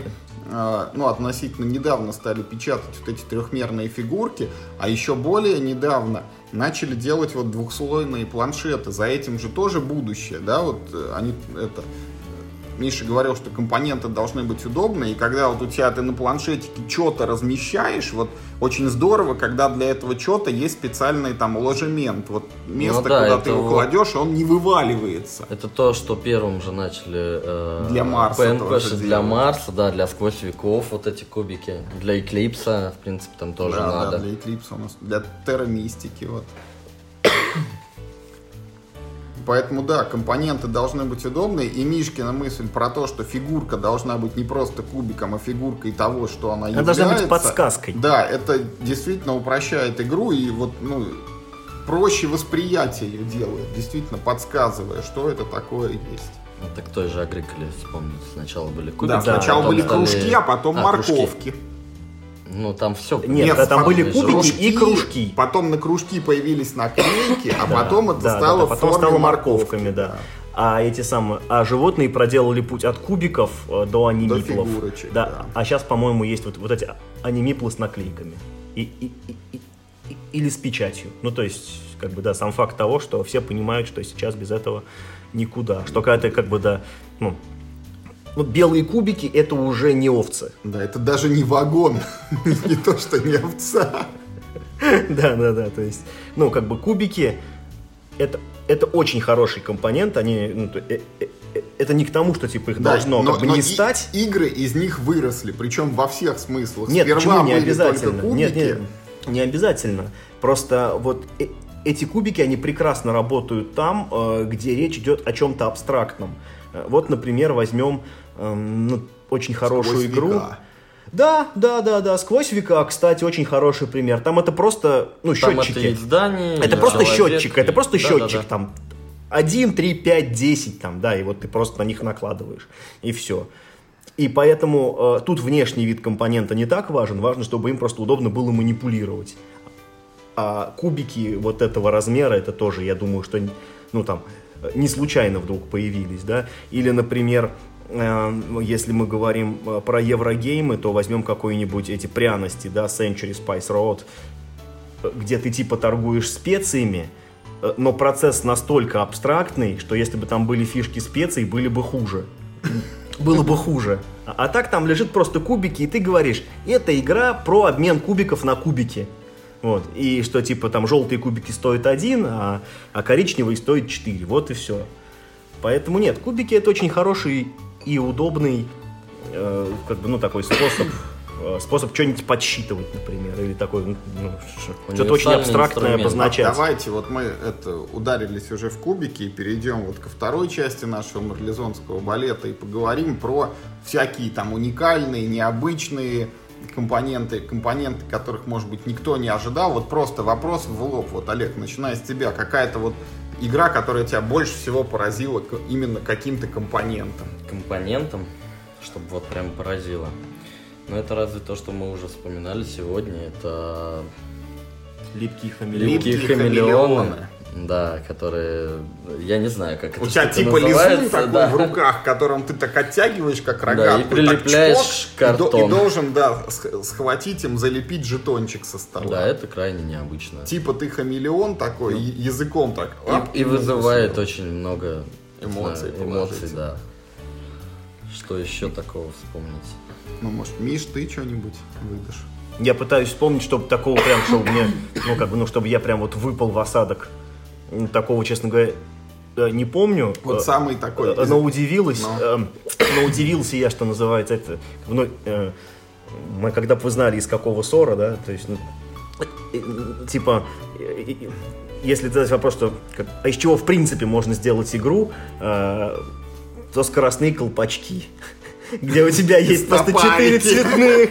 ну, относительно недавно стали печатать вот эти трехмерные фигурки, а еще более недавно начали делать вот двухслойные планшеты. За этим же тоже будущее, да, вот они это... Миша говорил, что компоненты должны быть удобны, и когда вот у тебя ты на планшетике что-то размещаешь, вот очень здорово, когда для этого что-то есть специальный там ложемент, вот место, ну, да, куда ты его вот кладешь, он не вываливается. Это то, что первым же начали э, для Марса, пи эн пи, для Марса, да, для сквозевиков вот эти кубики, для Эклипса, в принципе, там тоже да, надо. Да, для Эклипса у нас, для Террамистики, вот. Поэтому, да, компоненты должны быть удобные. И Мишкина мысль про то, что фигурка должна быть не просто кубиком, а фигуркой того, что она, она является. Она должна быть подсказкой. Да, это действительно упрощает игру и вот, ну, проще восприятие ее делает, действительно подсказывая, что это такое есть. Ну, так той же Агриколе вспомнить. Сначала были кубики. Да, сначала а были стали... кружки, а потом а, морковки. Кружки. Ну, там все. Нет, Нет да, там были кубики кружки, и кружки. Потом на кружки появились наклейки, а да, потом это да, стало, да, да, потом стало морковками, морковками, да. А эти самые, а животные проделали путь от кубиков до анимиплов. До фигурочек, да. да. А сейчас, по-моему, есть вот, вот эти анимиплы с наклейками. И, и, и, и, и, или с печатью. Ну, то есть, как бы, да, сам факт того, что все понимают, что сейчас без этого никуда. Что когда ты, как бы, да, ну, ну, белые кубики — это уже не овцы. Да, это даже не вагон, не то, что не овца. Да, да, да, то есть, ну, как бы кубики — это это очень хороший компонент, они, ну, это не к тому, что типа их да, должно но, как бы не стать. Игры из них выросли, причем во всех смыслах. Нет, Сперва почему не были обязательно? только Нет, нет, не обязательно. Просто вот эти кубики, они прекрасно работают там, где речь идет о чем-то абстрактном. Вот, например, возьмем ну, очень хорошую Сквозь игру. Века. Да, да, да, да. Сквозь века, кстати, очень хороший пример. Там это просто, ну, там счетчики. Это издание, это просто человек, счетчик, это просто да, счетчик, да, да. там один, три, пять, десять, там, да, и вот ты просто на них накладываешь, и все. И поэтому э, тут внешний вид компонента не так важен, важно, чтобы им просто удобно было манипулировать. А кубики вот этого размера, это тоже, я думаю, что, ну, там, не случайно вдруг появились, да. Или, например, э, если мы говорим про еврогеймы, то возьмем какие-нибудь эти пряности, да, Century Spice Road, где ты типа торгуешь специями, но процесс настолько абстрактный, что если бы там были фишки специй, были бы хуже. Было бы хуже. А, а так там лежит просто кубики, и ты говоришь, это игра про обмен кубиков на кубики. Вот. И что типа там желтые кубики стоят один, а, а коричневые стоят четыре. Вот и все. Поэтому нет, кубики — это очень хороший и удобный э, как бы, ну, такой способ, э, способ что-нибудь подсчитывать, например, или такой, ну, что-то очень абстрактное обозначать. Давайте, вот мы это ударились уже в кубики и перейдем вот ко второй части нашего марлезонского балета и поговорим про всякие там уникальные, необычные компоненты, компоненты, которых, может быть, никто не ожидал. Вот просто вопрос в лоб. Вот, Олег, начиная с тебя, какая-то вот игра, которая тебя больше всего поразила именно каким-то компонентом? Компонентом? Чтобы вот прям поразило. Ну, это разве то, что мы уже вспоминали сегодня, это... Липкие хамелеоны. Липкие хамелеоны. Да, которые... Я не знаю, как это У тебя типа лизун такой да. в руках, которым ты так оттягиваешь, как рогатку. Да, и прилепляешь так, чпок, картон. И, и должен, да, схватить им, залепить жетончик со стола. Да, это крайне необычно. Типа ты хамелеон такой, ну, языком так. И, а, и вызывает очень много эмоций. Знаю, эмоций, да. Что еще такого вспомнить? Ну, может, Миш, ты что-нибудь выдашь? Я пытаюсь вспомнить, чтобы такого прям, чтобы мне, ну, как бы, ну, чтобы я прям вот выпал в осадок. Такого, честно говоря, не помню. Вот самый такой. Но удивилась, но, но удивился я, что называется это. Ну, мы когда бы вы знали, из какого ссора, да, то есть, ну, типа, если задать вопрос, что, а из чего в принципе можно сделать игру, то скоростные колпачки, где у тебя есть просто четыре цветных,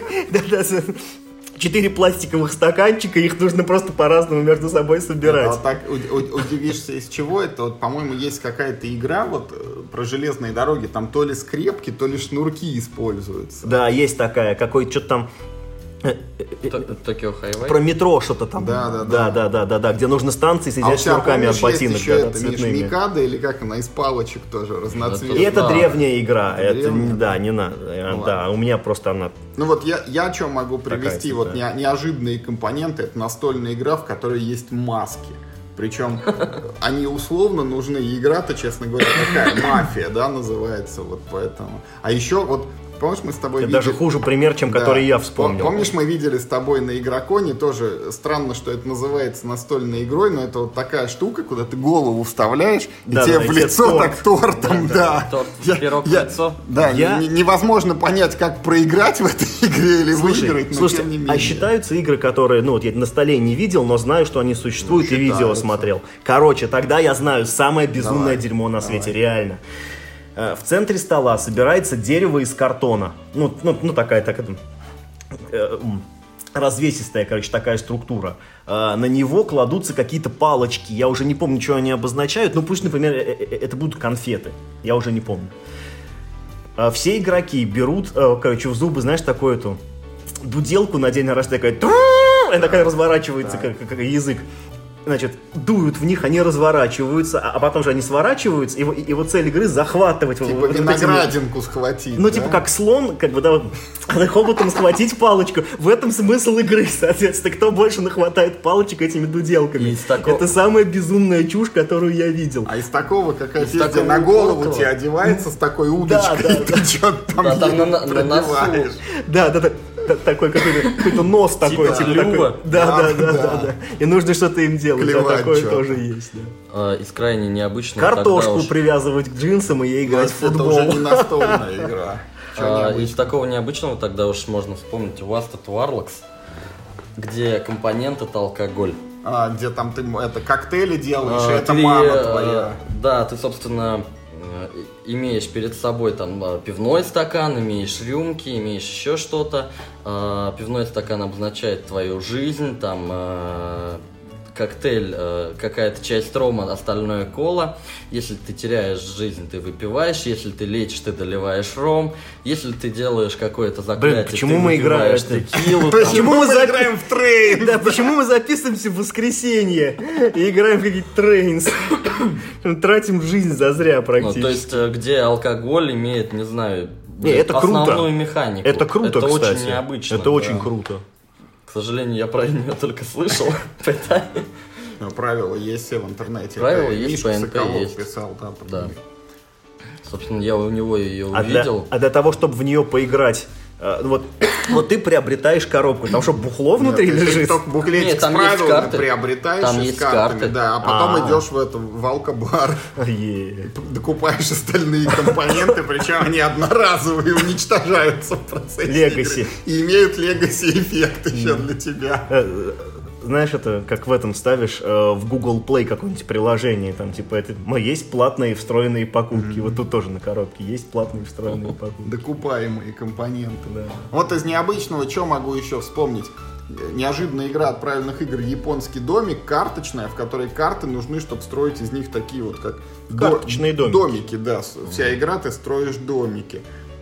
четыре пластиковых стаканчика, их нужно просто по-разному между собой собирать. А так удивишься, из чего это? Вот, по-моему, есть какая-то игра вот про железные дороги, там то ли скрепки, то ли шнурки используются. Да, есть такая, какой-то что-то там Токио Хайвей. Про метро что-то там. Да, да, да. Да, да, да, да, где нужно станции с изящными а руками от ботинок, еще да, это, цветными. Миш, Микада, или как она, из палочек тоже разноцветная. И это да. древняя игра. Это, Древняя? да, не надо. Ну, да, у меня просто она... Ну вот я, я о чем могу привести, Такая, вот да. не, неожиданные компоненты, это настольная игра, в которой есть маски. Причем они условно нужны, и игра-то, честно говоря, такая, мафия, да, называется, вот поэтому. А еще вот, помнишь, мы с тобой Это видели... даже хуже пример, чем Да. который я вспомнил. Помнишь, мы видели с тобой на Игроконе, тоже странно, что это называется настольной игрой, но это вот такая штука, куда ты голову вставляешь, Да, и тебе да, в и тебе лицо торт. так тортом, да. Торт, Я- пирог в я- лицо. Да, Я- не- невозможно понять, как проиграть в этой игре или выиграть, но Слушайте, тем не менее. а считаются игры, которые, ну вот я на столе не видел, но знаю, что они существуют, Ну, и видео считаются. смотрел. Короче, тогда я знаю самое безумное Давай, дерьмо на свете, давай. реально. Э, В центре стола собирается дерево из картона. Ну, ну, ну такая, так, это, э, м, развесистая, короче, такая структура. Э, На него кладутся какие-то палочки. Я уже не помню, что они обозначают. Ну, пусть, например, э, э, это будут конфеты. Я уже не помню. А все игроки берут, э, короче, в зубы, знаешь, такую эту дуделку на день рождения, такая, «Тру!» она такая разворачивается, как, как язык. Значит, дуют в них, они разворачиваются, а, а потом же они сворачиваются, и, его- и его цель игры захватывать. Типа вот этими- виноградинку схватить. Ну, да? типа как слон, как бы, да, вот, хоботом схватить палочку. В этом смысл игры, соответственно. Кто больше нахватает палочек этими дуделками. Из такого- Это самая безумная чушь, которую я видел. А из такого, какая Из песня такого на голову уколотого. тебе одевается с такой удочкой, да, и ты что-то там Да, там ей на- на- на носу. пробиваешь. Да, да, да. Та- Такой какой-то, какой-то нос такой, Типа типа клюва. такой. Да, Да, да, да, да. да, да. И нужно что-то им делать. Да, Клевать такое чё-то. тоже есть. Да. А, из крайне необычного Картошку тогда уж, привязывать к джинсам и ей играть в Это футбол. уже не настольная игра. Чё а, необычного? из такого необычного тогда уж можно вспомнить Wasted Warlocks, где компонент это алкоголь. А, где там ты это коктейли делаешь, А, и это ты, мама э, твоя. Да, ты, собственно, э, имеешь перед собой там э, пивной стакан, имеешь рюмки, имеешь еще что-то. Э, Пивной стакан обозначает твою жизнь, там э, коктейль, э, какая-то часть рома, остальное кола. Если ты теряешь жизнь, ты выпиваешь. Если ты лечишь, ты доливаешь ром. Если ты делаешь какое-то заклятие, почему ты мы играем? выпиваешь текилу. там. Почему мы мы за- играем в трейн? Да, почему мы записываемся в воскресенье и играем в какие-то трейнс? Тратим жизнь зазря Ну, практически. то есть, э, где алкоголь имеет, не знаю, Не, это основную круто. механику. Это круто, это кстати. очень необычно. Это да. очень круто. К сожалению, я про нее только слышал. Поэтому- Ну, правила есть все в интернете. Правила Это есть, Мишка по эн пэ Соколов есть. писал, да. Да. Собственно, я у него ее А для, увидел. а для того, чтобы в нее поиграть, э, вот, вот ты приобретаешь коробку, там что, бухло внутри Нет, ты лежит? только буклетик Нет, с там есть правилами карты. приобретаешь Там и с есть картами, карты. да, а потом А. идешь в это, в алкобар, Е. докупаешь остальные компоненты, причем они одноразовые, уничтожаются в процессе Legacy. игры. И имеют легаси эффект еще для тебя. Э, Знаешь, это как в этом ставишь э, в Google Play какое-нибудь приложение, там типа это, ну, есть платные встроенные покупки, вот тут тоже на коробке есть платные встроенные покупки. Докупаемые компоненты. Да. Вот из необычного, что могу еще вспомнить? Неожиданная игра от правильных игр «Японский домик», карточная, в которой карты нужны, чтобы строить из них такие вот, как... Карточные до- домики. Домики, да. С- Вся игра, ты строишь домики.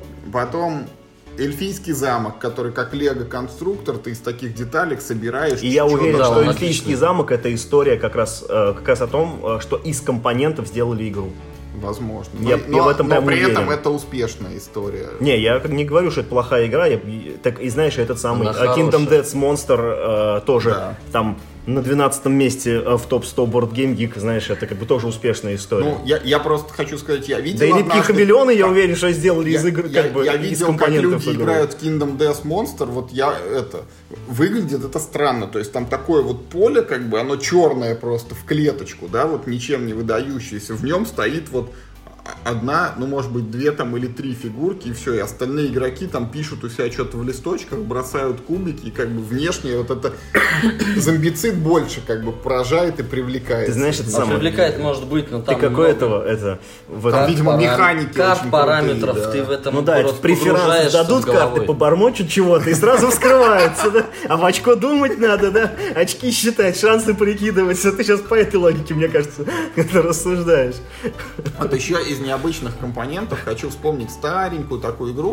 Потом эльфийский замок, который как лего-конструктор, ты из таких деталек собираешь. И я чё уверен, да, что он эльфийский отличный. замок это история как раз, э, как раз о том, э, что из компонентов сделали игру. Возможно. Я- но я в этом но прям при этом уверен. это успешная история. Не, я не говорю, что это плохая игра, я- и- так и знаешь, этот самый Она э, Kingdom хорошая. Death Monster э, тоже Да. там на двенадцатом месте э, в топ сто Board Game Geek, знаешь, это как бы тоже успешная история. Ну, я, я просто хочу сказать, я видел Да и липкие однажды- хамелеоны, я как- уверен, что сделали из Я- игры, я, как бы, я из видел, как компонентов люди игры. играют в Kingdom Death Monster, вот я это, выглядит это странно, то есть там такое вот поле, как бы, оно черное просто в клеточку, да, вот ничем не выдающееся, в нем стоит вот одна, ну, может быть, две там или три фигурки, и все, и остальные игроки там пишут у себя что-то в листочках, бросают кубики, и как бы внешне вот это зомбицид больше как бы поражает и привлекает. Ты знаешь, это А самое... привлекает, может быть, но Ты там какой много этого, это... в Там, этом- видимо, парам- механики карт, очень параметров, крутые, да. ты в этом Ну да, это в просто преферанс погружаешься дадут с карты, головой. побормочут чего-то, и сразу вскрывается, да? А в очко думать надо, да? Очки считать, шансы прикидывать. А ты сейчас по этой логике, мне кажется, это рассуждаешь. Вот еще из необычных компонентов хочу вспомнить старенькую такую игру.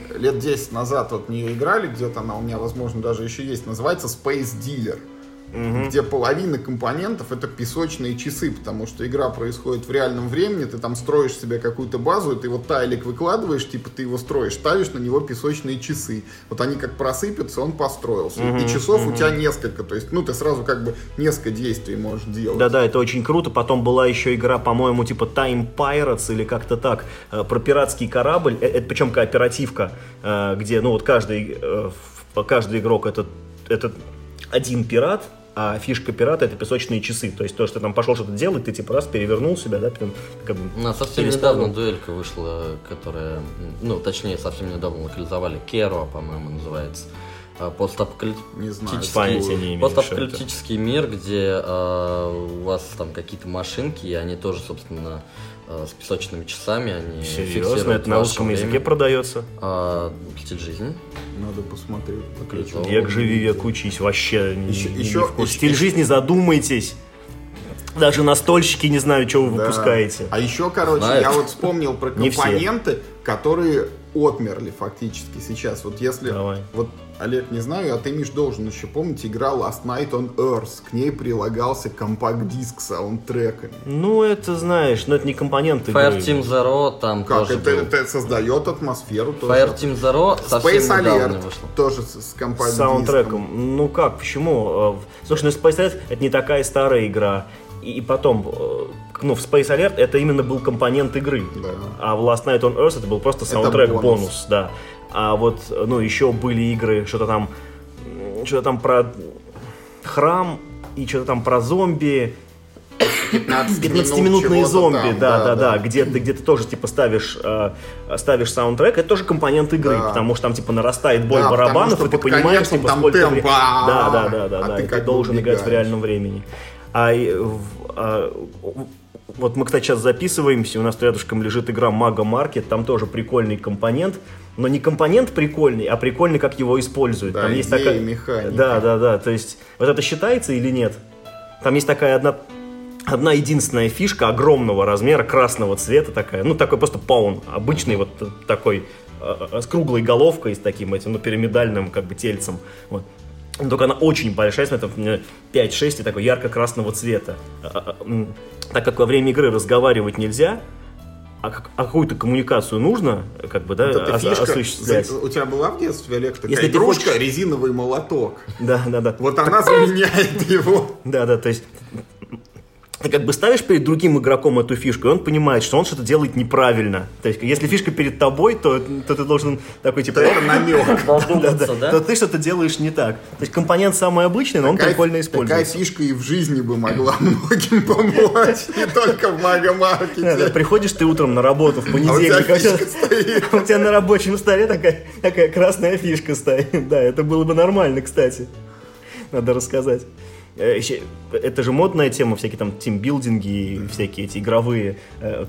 лет десять назад вот в нее играли, где-то она у меня, возможно, даже еще есть, называется Space Dealer. Угу. Где половина компонентов это песочные часы, потому что игра происходит в реальном времени, ты там строишь себе какую-то базу, и ты вот тайлик выкладываешь, типа ты его строишь, ставишь на него песочные часы. Вот они как просыпятся, он построился. Угу, и часов угу. у тебя несколько, то есть, ну, ты сразу как бы несколько действий можешь делать. Да-да, это очень круто. Потом была еще игра, по-моему, типа Time Pirates или как-то так, про пиратский корабль, это причем кооперативка, где, ну, вот каждый, каждый игрок это, это один пират, а фишка пирата — это песочные часы. То есть то, что ты там пошел что-то делать, ты типа раз перевернул себя, да, потом как бы... Ну, совсем недавно дуэлька вышла, которая, ну, точнее, совсем недавно локализовали. Керо, по-моему, называется. Постапокалиптический, постапокалиптический мир, где э, у вас там какие-то машинки, и они тоже, собственно, э, с песочными часами. Они Серьезно? Это на русском время. Языке продается? Э, стиль жизни. Надо посмотреть. Век живи, век учись. Вообще еще, не, еще, не стиль еще. Жизни, задумайтесь. Даже настольщики не знают, что вы да. выпускаете. А еще, короче, Знает. я вот вспомнил про компоненты, которые отмерли фактически сейчас. Вот если... Давай. Вот, Олег, не знаю, а ты, Миш, должен еще помнить, игра Last Night on Earth. К ней прилагался компакт-диск с саундтреками. Ну, это знаешь, но это не компоненты игры. Fireteam Zero там как, тоже это, был. это создает атмосферу тоже. Fireteam Zero совсем Space недавно Alert вышло. тоже с компакт-диском. С саундтреком. Ну как, почему? Слушай, ну Space Alert это не такая старая игра. И потом, ну, в Space Alert это именно был компонент игры. Да. А в Last Night on Earth это был просто саундтрек-бонус. Бонус, да. А вот, ну, еще были игры, что-то там, что-то там про храм и что-то там про зомби. пятнадцатиминутные зомби, там, да, да, да, да, где ты, где ты тоже типа ставишь, э, ставишь саундтрек, это тоже компонент игры, да. потому что там типа нарастает боль да, барабанов, и ты понимаешь, типа, сколько времени. Да, да, да, да, а да, ты, и ты должен убегаешь. играть в реальном времени. А, а вот мы, кстати, сейчас записываемся, у нас рядышком лежит игра Mago Market, там тоже прикольный компонент, но не компонент прикольный, а прикольный, как его используют. Да, там идея, есть такая механика. Да, да, да, то есть вот это считается или нет? Там есть такая одна, одна единственная фишка огромного размера, красного цвета такая, ну такой просто паун, обычный вот такой, э, с круглой головкой, с таким этим, ну, пирамидальным как бы тельцем, вот. Только она очень большая, это пять-шесть и такой ярко-красного цвета. Так как во время игры разговаривать нельзя, а, как, а какую-то коммуникацию нужно, как бы, да, вот эта фишка, осуществлять. У тебя была в детстве, Олег, такая Если игрушка, хочешь... резиновый молоток. Да, да, да. Вот она заменяет его. Да, да, то есть... Ты как бы ставишь перед другим игроком эту фишку, и он понимает, что он что-то делает неправильно. То есть, если фишка перед тобой, то, то ты должен такой, типа... Это намек. Да, да, да. То ты что-то делаешь не так. То есть, компонент самый обычный, но такая, он прикольно используется. Такая фишка и в жизни бы могла многим помочь, не только в Mago Market. Да, да, приходишь ты утром на работу в понедельник, а у тебя, стоит. у тебя на рабочем столе такая, такая красная фишка стоит. Да, это было бы нормально, кстати. Надо рассказать. Это же модная тема, всякие там тимбилдинги и всякие эти игровые э,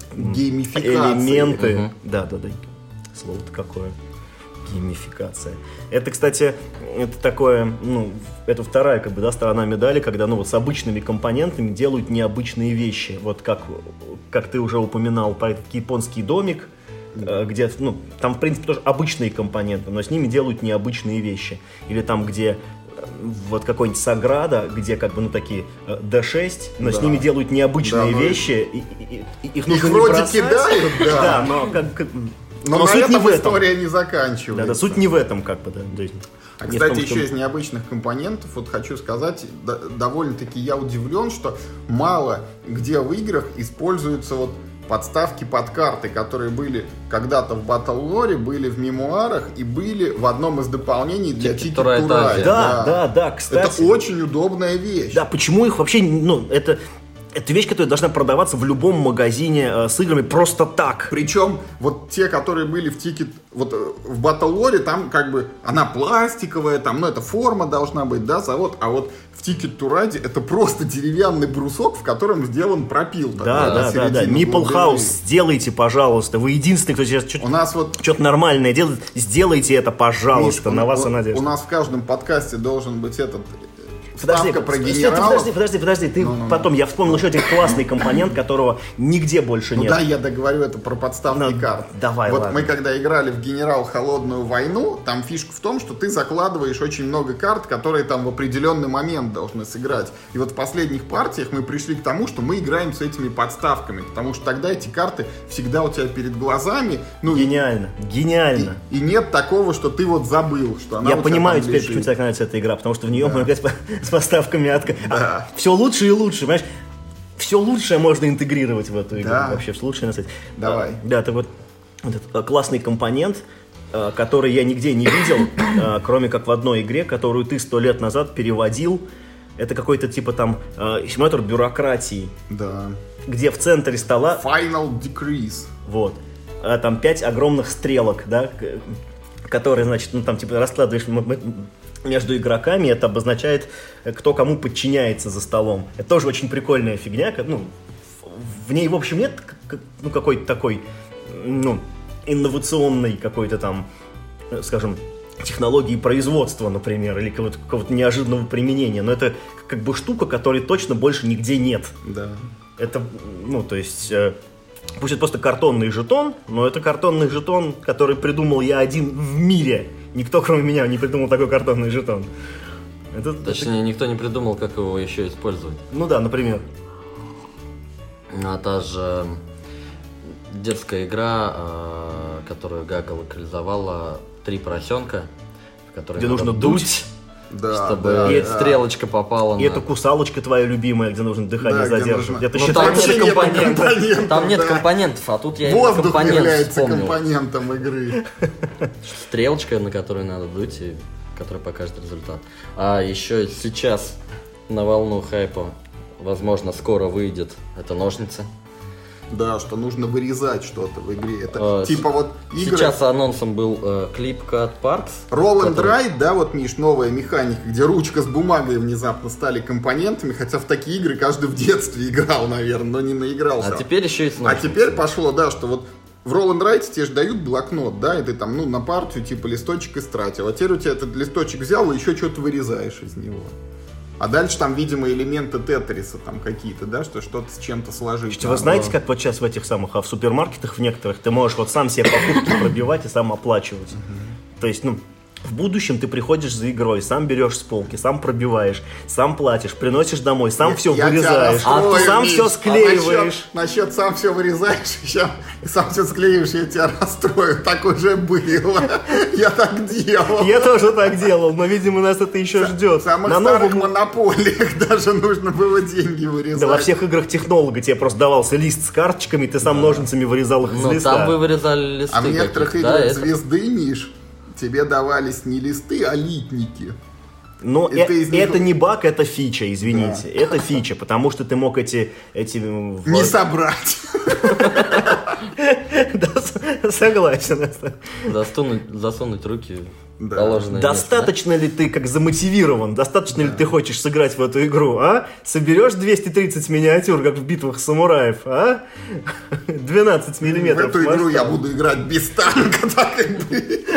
элементы. Угу. Да, да, да. Слово-то какое. Геймификация. Это, кстати, это такое, ну, это вторая, как бы, да, сторона медали, когда, ну, вот с обычными компонентами делают необычные вещи. Вот как, как ты уже упоминал про этот японский домик, где, ну, там, в принципе, тоже обычные компоненты, но с ними делают необычные вещи. Или там, где вот какой-нибудь Саграда, где как бы, ну, такие ди шесть, но да. с ними делают необычные да, вещи, и, и, и, их нужно их не вроде бросать. кидают, да. да, но как... как но, но на суть не в этом. История не заканчивается. Да, да, суть не в этом, как бы, да. А, кстати, еще из необычных компонентов, вот хочу сказать, да, довольно-таки я удивлен, что мало где в играх используются вот подставки под карты, которые были когда-то в Battle Lore, были в мемуарах и были в одном из дополнений для Ticket to Ride. Да, да, да, да, кстати. Это очень удобная вещь. Да, почему их вообще, ну, это... Это вещь, которая должна продаваться в любом магазине э, с играми просто так. Причем вот те, которые были в Ticket, вот э, в Battle Lore, там как бы она пластиковая, там, ну, это форма должна быть, да, завод, а вот в Ticket to Ride это просто деревянный брусок, в котором сделан пропил. Да, да, да, да. Meeple House, сделайте, пожалуйста. Вы единственный, кто сейчас что-то, у нас вот... что-то нормальное делает. Сделайте это, пожалуйста, Миш, на вас у, и надежда. У нас в каждом подкасте должен быть этот... подожди, подожди, про подожди, генералов. подожди, подожди, подожди, ты Ну, ну, потом, я вспомнил еще один классный компонент, которого нигде больше Ну нет. да, я договорю это про подставки Ну, карт. давай, Вот ладно. мы когда играли в Генерал Холодную войну, там фишка в том, что ты закладываешь очень много карт, которые там в определенный момент должны сыграть. И вот в последних партиях мы пришли к тому, что мы играем с этими подставками, потому что тогда эти карты всегда у тебя перед глазами. Ну, Гениально, гениально. И, и нет такого, что ты вот забыл, что она Я у тебя понимаю там теперь, лежит. почему тебе нравится эта игра, потому что в нее можно играть по- с поставками от... Да. Все лучше и лучше, понимаешь? Все лучшее можно интегрировать в эту игру. Да. Вообще, все лучшее на свете. Давай. А, Да, это вот этот а, классный компонент, а, который я нигде не видел, а, кроме как в одной игре, которую ты сто лет назад переводил. Это какой-то типа там а, симулятор бюрократии, Да. где в центре стола Final Decrease. вот. А там пять огромных стрелок, да, к- которые, значит, ну там типа раскладываешь м- м- между игроками, это обозначает, э, кто кому подчиняется за столом. Это тоже очень прикольная фигня, как, ну, в, в ней, в общем, нет к- к- ну, какой-то такой, ну, инновационной какой-то там, э, скажем, технологии производства, например, или какого-то, какого-то неожиданного применения, но это как бы штука, которой точно больше нигде нет. Да. Это, ну, то есть, э, пусть это просто картонный жетон, но это картонный жетон, который придумал я один в мире. Никто, кроме меня, не придумал такой картонный жетон. Это, Точнее, никто не придумал, как его еще использовать. это- ну да, например. А та же детская игра, э, которую Гага локализовала, «Три поросенка», в которой Где надо нужно дуть. Да, чтобы да, и да. стрелочка попала И на... это кусалочка твоя любимая, где нужно дыхание Да, где задерживать. нужно- Это Ну, считается там нет нет компонентов. компонентов, Там нет да. компонентов, а тут я именно Воздух компонент является вспомнил. компонентом игры. Стрелочка, на которую надо дуть, и которая покажет результат. А еще сейчас на волну хайпа, возможно, скоро выйдет, это ножницы. Да, что нужно вырезать что-то в игре. Это А, типа вот игры... Сейчас анонсом был э, клип Cut Parks. Roll and который- Write, да, вот, Миш, новая механика, где ручка с бумагой внезапно стали компонентами, хотя в такие игры каждый в детстве играл, наверное, но не наигрался. А теперь еще и с А ножницами. теперь пошло, да, что вот в Roll and Write тебе же дают блокнот, да, и ты там, ну, на партию типа листочек истратил, а теперь у тебя этот листочек взял и еще что-то вырезаешь из него. А дальше там, видимо, элементы тетриса там какие-то, да, что что-то с чем-то сложить. Что, вы знаете, как вот сейчас в этих самых, а в супермаркетах в некоторых ты можешь вот сам себе покупки пробивать и сам оплачивать. То есть, ну, в будущем ты приходишь за игрой, сам берешь с полки, сам пробиваешь, сам платишь, приносишь домой, сам Я- все я тебя вырезаешь, расстрою, сам Миш. все А склеиваешь. насчет, насчет сам все вырезаешь, еще сам все склеиваешь, я тебя расстрою. Так уже было. Я так делал. Я тоже так делал, но, видимо, нас это еще ждет. В самых На старых новом... монополиях даже нужно было деньги вырезать. Да во всех играх технолога тебе просто давался лист с карточками, ты сам ножницами вырезал их из Ну, листа. там вы вырезали листы А в некоторых какие-то, да, играх это- звезды, Миш, тебе давались не листы, а литники. Но И э- ты из них- это не баг, это фича, извините. Это фича, потому что ты мог эти... эти м, в- Не собрать. Да, с- согласен. Засунуть, засунуть руки в Да. положенное место, Достаточно ли ты как замотивирован, достаточно ли ты хочешь сыграть в эту игру, а? Соберешь двести тридцать миниатюр, как в битвах самураев, а? двенадцать В миллиметров эту игру я масштаба. буду играть без танка, так и быть.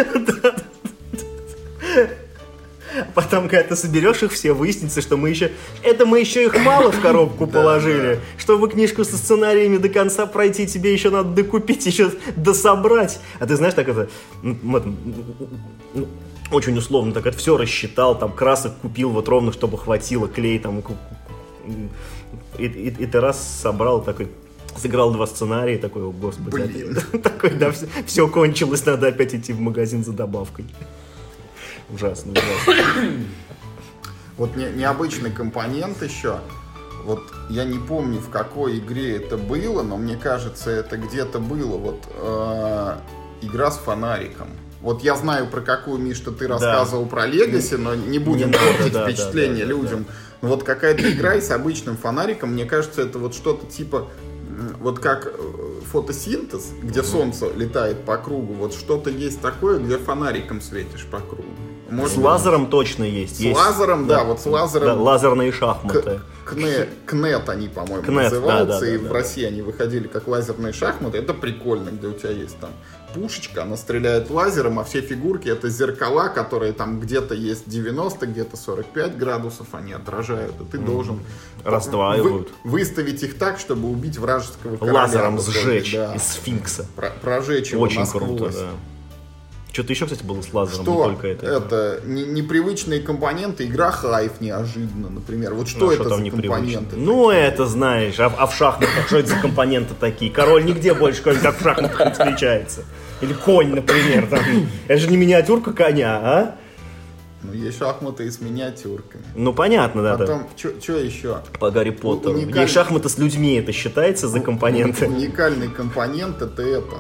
Потом, когда ты соберешь их все, выяснится, что мы еще... Это мы еще их мало в коробку положили. Чтобы книжку со сценариями до конца пройти, тебе еще надо докупить, еще дособрать. А ты знаешь, так это... м, это, ну, очень условно, так это все рассчитал, там красок купил вот ровно, чтобы хватило, клей там... ку- ку- И, и- и ты раз собрал такой... Сыграл два сценария, такой, о, господи. Блин. Такой, да, все, все кончилось, надо опять идти в магазин за добавкой. Ужасно, ужасно. Вот не- необычный компонент еще. Вот я не помню, в какой игре это было, но мне кажется, это где-то было. Вот э, игра с фонариком. Вот я знаю, про какую, Миш, что ты рассказывал про Легаси, но не будем Не надо, портить да, да, впечатление да, да, людям. Но вот какая-то игра и с обычным фонариком, мне кажется, это вот что-то типа, м, вот как э, фотосинтез, где солнце летает по кругу, вот что-то есть такое, где фонариком светишь по кругу. Может, с лазером точно есть. С есть, лазером, да, да, вот с лазером. Да, лазерные шахматы. Кне, Кнет они, по-моему, Кнет, называются, да, да, и да, в да, России да. они выходили как лазерные шахматы. Это прикольно, где у тебя есть там пушечка, она стреляет лазером, а все фигурки это зеркала, которые там где-то есть девяносто, где-то сорок пять градусов, они отражают, и ты mm-hmm. должен раздваивают. Вы, выставить их так, чтобы убить вражеского короля. Лазером сжечь да. из сфинкса. Про, прожечь его очень насквозь. Круто, да. Что-то еще, кстати, было с лазером, что не только это. Это не, непривычные компоненты, игра Хайф неожиданно, например. Вот что ну, это что за компоненты? Ну, такие? Это знаешь, а, а в шахматах что это за компоненты такие? Король нигде больше, кроме как в шахматах не встречается. Или конь, например. Там. Это же не миниатюрка коня, а? Ну, есть шахматы и с миниатюрками. Ну, понятно, да. Потом, что еще? По Гарри Поттеру. Уникаль... Есть шахматы с людьми, это считается за компоненты? Уникальный компонент это это.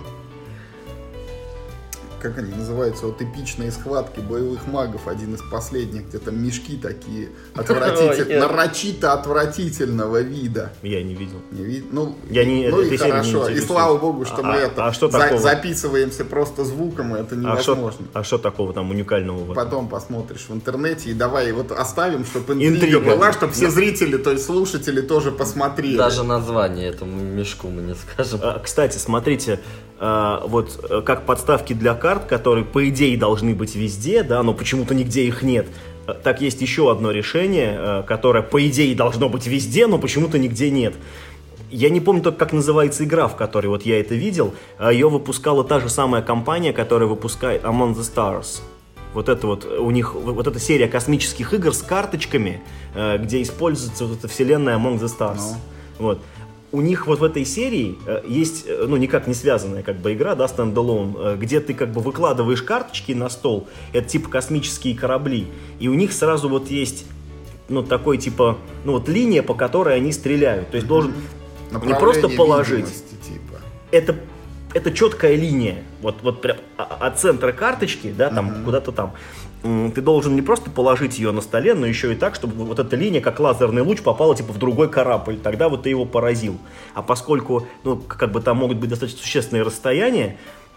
Как они называются, вот эпичные схватки боевых магов, один из последних, где там мешки такие отвратительно, нарочито отвратительного вида. Я не видел. Не видел? Ну, я не, ну и хорошо, и слава богу, что а, мы а, это а что за, записываемся просто звуком, и это невозможно. А что, а что такого там уникального? Потом посмотришь в интернете, и давай вот оставим, чтобы интрига, интрига была, чтобы все зрители, то есть слушатели тоже посмотрели. Даже название этому мешку мы не скажем. А, кстати, смотрите, а, вот как подставки для карт, которые, по идее, должны быть везде, да, но почему-то нигде их нет. Так есть еще одно решение, которое, по идее, должно быть везде, но почему-то нигде нет. Я не помню только, как называется игра, в которой вот я это видел. Ее выпускала та же самая компания, которая выпускает Among the Stars. Вот это вот, у них, вот эта серия космических игр с карточками, где используется вот эта вселенная Among the Stars. No. Вот. У них вот в этой серии э, есть, ну, никак не связанная как бы игра, да, стендалон, э, где ты как бы выкладываешь карточки на стол, это типа космические корабли, и у них сразу вот есть, ну, такой типа, ну, вот линия, по которой они стреляют, то есть должен не просто положить, типа. это, это четкая линия, вот, вот прям от центра карточки, да, там, uh-huh. куда-то там, ты должен не просто положить ее на столе, но еще и так, чтобы вот эта линия, как лазерный луч, попала типа в другой корабль. Тогда вот ты его поразил. А поскольку, ну, как бы там могут быть достаточно существенные расстояния,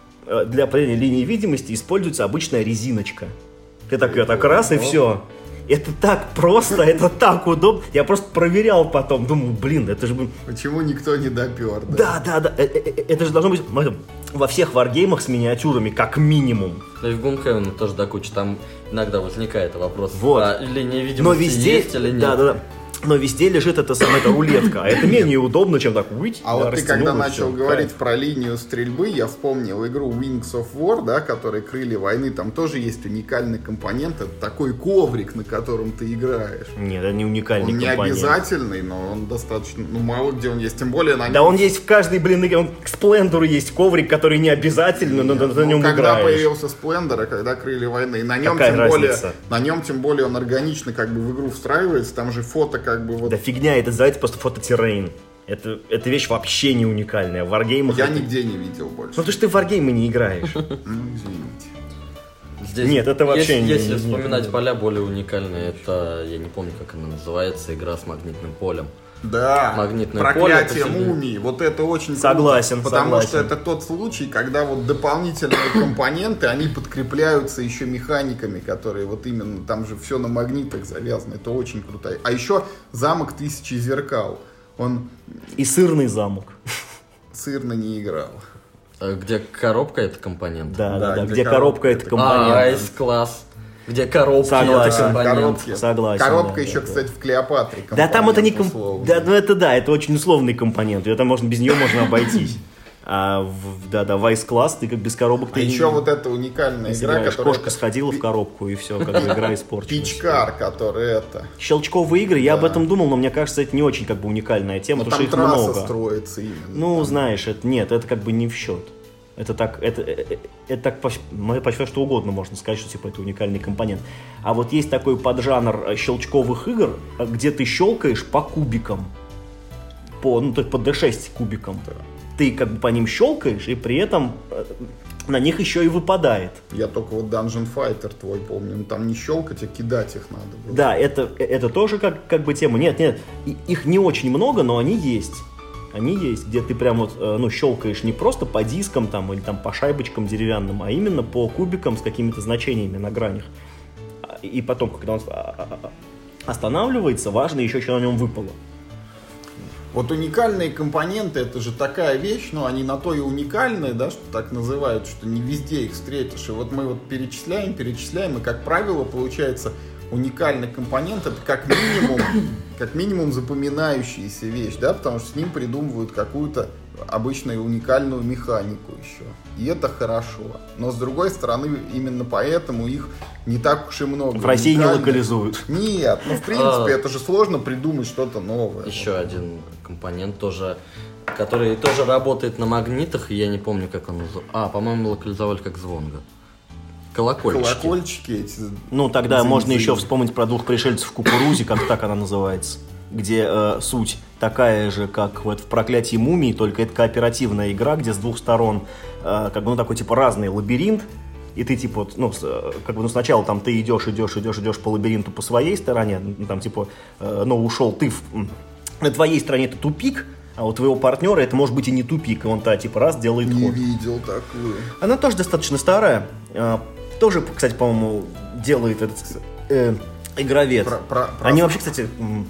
для определения линии видимости используется обычная резиночка. Ты так ее так раз и все. Это так просто, это так удобно. Я просто проверял потом, думаю, блин, это же... Почему никто не допер, да? Да, да, да. Это же должно быть во всех варгеймах с миниатюрами, как минимум. Ну и в Gloomhaven тоже до кучи, там иногда возникает вопрос, вот. А линия видимости Но везде... есть или нет? Да, да, да. Но везде лежит эта самая эта рулетка, а это менее удобно, чем так уйти. А да, вот ты когда начал все, говорить кайф. Про линию стрельбы, я вспомнил игру Wings of War, да, которая Крылья войны, там тоже есть уникальный компонент, это такой коврик, на котором ты играешь. Нет, это не уникальный он компонент. Он не обязательный, но он достаточно, ну мало где он есть, тем более на нем... Да он есть в каждой, блин, игре, к Сплендеру есть коврик, который не обязательный, но Нет, на нем ну, когда играешь. появился Сплендер, а когда Крылья войны, и на нем, Какая тем разница? более, на нем тем более он органично как бы в игру встраивается, там же фото как бы вот... Да фигня, это называется просто фототеррейн. Это, это вещь вообще не уникальная. В варгеймах я это... нигде не видел больше. Ну ты ж ты в варгеймы не играешь. Ну, извините. Здесь, Нет, это вообще если, не... Если не, вспоминать не, поля более уникальные, это, я не помню, как она называется, игра с магнитным полем. Да, магнитное проклятие поле, мумии, вот это очень согласен, круто, потому согласен. что это тот случай, когда вот дополнительные компоненты, они подкрепляются еще механиками, которые вот именно, там же все на магнитах завязано, это очень круто. А еще замок тысячи зеркал, он... И сырный замок. Сырно не играл. Где коробка это компонент? Да, да, да, где, где коробка это компонент. А, S-класс. Где коробки, согласен, это компонент. Коробки. Согласен. Коробка да, еще, да, кстати, да. в Клеопатре. Да, там это не комп... да, ну это да, это очень условный компонент. Это можно без нее можно обойтись. А в, да, да, Vice Class ты как без коробок. А ты еще не... вот эта уникальная игра, играешь, которая... Кошка сходила в коробку и все, как бы игра испорчилась. Пичкар, который это... Щелчковые игры, я об этом думал, но мне кажется, это не очень как бы уникальная тема, потому что их много. Там трасса строится именно. Ну, знаешь, это нет, это как бы не в счет. Это так, это, это, это так почти, почти что угодно можно сказать, что типа это уникальный компонент. А вот есть такой поджанр щелчковых игр, где ты щелкаешь по кубикам, по, ну, то есть по ди шесть кубикам. Да. Ты как бы по ним щелкаешь, и при этом на них еще и выпадает. Я только вот Dungeon Fighter твой помню, ну там не щелкать, а кидать их надо было. Да, это, это тоже как, как бы тема. Нет, нет, их не очень много, но они есть. Они есть, где ты прям вот, ну, щелкаешь не просто по дискам там или там по шайбочкам деревянным, а именно по кубикам с какими-то значениями на гранях. и потом, когда он останавливается, важно еще, что на нем выпало. Вот уникальные компоненты, это же такая вещь, но они на то и уникальные, да, что так называют, что не везде их встретишь. И вот мы вот перечисляем, перечисляем, и как правило получается уникальный компонент, это как минимум, как минимум запоминающаяся вещь, да, потому что с ним придумывают какую-то обычную уникальную механику еще. И это хорошо. Но с другой стороны, именно поэтому их не так уж и много. В России не локализуют. Нет, ну в принципе это же сложно придумать что-то новое. Еще один компонент тоже, который тоже работает на магнитах, я не помню, как он называется. А, по-моему, локализовали как звонга. Колокольчики. Колокольчики эти. Ну, тогда можно еще вспомнить про двух пришельцев в кукурузе, как так она называется. Где э, суть такая же, как вот в «Проклятии мумии», только это кооперативная игра, где с двух сторон э, как бы, ну, такой, типа, разный лабиринт, и ты, типа, вот, ну, с, как бы, ну, сначала там ты идешь, идешь, идешь, идешь по лабиринту по своей стороне, ну, там, типа, э, ну, ушел ты, в, на твоей стороне это тупик, а у твоего партнера это может быть и не тупик, и он-то, типа, раз делает не ход. Не видел такую. Она тоже достаточно старая, э, тоже, кстати, по-моему, делает этот э, игровед. Про, про, про... Они вообще, кстати...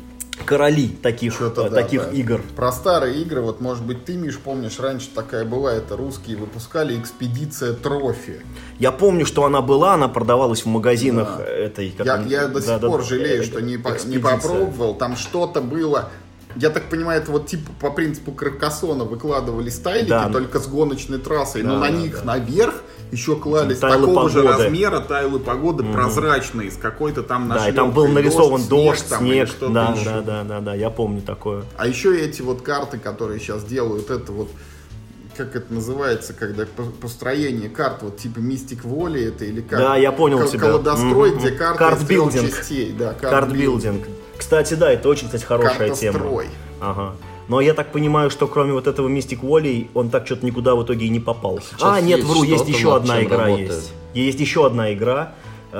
короли таких, да, таких да. игр. Про старые игры, вот, может быть, ты, Миш, помнишь, раньше такая была, это русские выпускали «Экспедиция Трофи». Я помню, что она была, она продавалась в магазинах да. этой... Как я, он... я до сих да, пор да, жалею, да, что не, не попробовал, там что-то было... Я так понимаю, это вот типа по принципу Каркассона выкладывали стайлики, да. только с гоночной трассой, да, но на да, них да. наверх еще клались тайлы такого погоды. Же размера тайлы погоды mm-hmm. прозрачные, с какой-то там нашлепкой. Да, и там был нарисован дождь, снег, снег да, да, да, да, да, я помню такое. А еще эти вот карты, которые сейчас делают, это вот, как это называется, когда построение карт, вот типа Mystic Volley это или как? Да, я понял Кол- тебя. Колодострой, mm-hmm. где карты карт-билдинг. частей. Да, карт-билдинг. Кстати, да, это очень, кстати, хорошая тема. Ага. Но я так понимаю, что кроме вот этого Mystic Volley, он так что-то никуда в итоге и не попал. Сейчас а, нет, вру, есть еще одна игра работает. есть. Есть еще одна игра,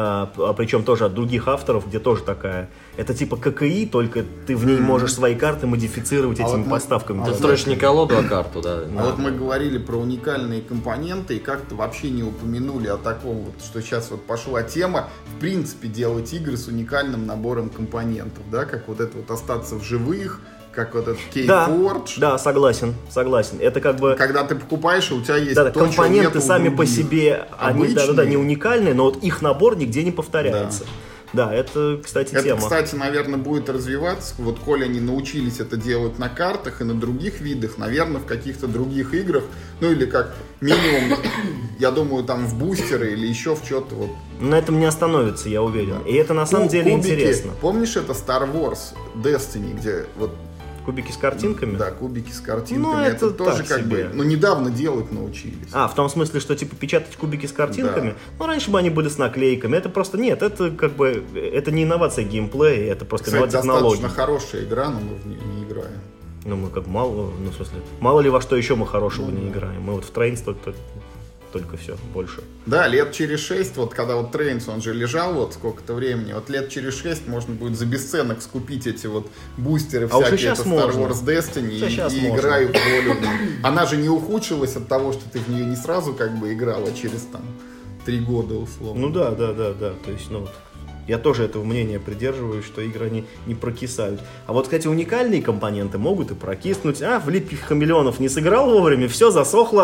а, причем тоже от других авторов, где тоже такая. Это типа ККИ, только ты в ней можешь свои карты модифицировать а этими вот поставками. Ты строишь не колоду, а карту, да. А да. вот мы говорили про уникальные компоненты и как-то вообще не упомянули о таком вот, что сейчас вот пошла тема, в принципе, делать игры с уникальным набором компонентов, да, как вот это вот остаться в живых, как вот этот Keyforge. Да, да, согласен, согласен. Это как бы... Когда ты покупаешь, и у тебя есть да, то, компоненты чего сами по себе, они да, да, не уникальные, но вот их набор нигде не повторяется. Да. Да, это, кстати, это, тема. Это, кстати, наверное, будет развиваться. Вот, коль они научились это делать на картах и на других видах, наверное, в каких-то других играх, ну или как минимум, я думаю, там в бустеры или еще в что-то вот. На этом не остановится, я уверен. И это на самом Ку- деле кубики. Интересно. Помнишь это Star Wars Destiny, где вот кубики с картинками? Да, кубики с картинками. Ну, это, это тоже как себе. бы, ну, недавно делать научились. А, в том смысле, что, типа, печатать кубики с картинками? Да. Ну, раньше бы они были с наклейками. Это просто, нет, это как бы, это не инновация геймплея, это просто Кстати, инновация технологий. Достаточно хорошая игра, но мы в нее не играем. Ну, мы как мало, ну, в смысле, мало ли во что еще мы хорошего ну, не играем. Мы вот в Trains только, только все, больше. Да, лет через шесть, вот когда вот Trains, он же лежал вот сколько-то времени, вот лет через шесть можно будет за бесценок скупить эти вот бустеры а всякие, это Star можно. Wars Destiny, и, и можно. играю в волю. Она же не ухудшилась от того, что ты в нее не сразу как бы играл, а через там три года условно. Ну да, да, да, да, то есть, ну вот. Я тоже этого мнения придерживаюсь, что игры не, не прокисают. А вот, кстати, уникальные компоненты могут и прокиснуть. А, в липких хамелеонов не сыграл вовремя, все, засохло.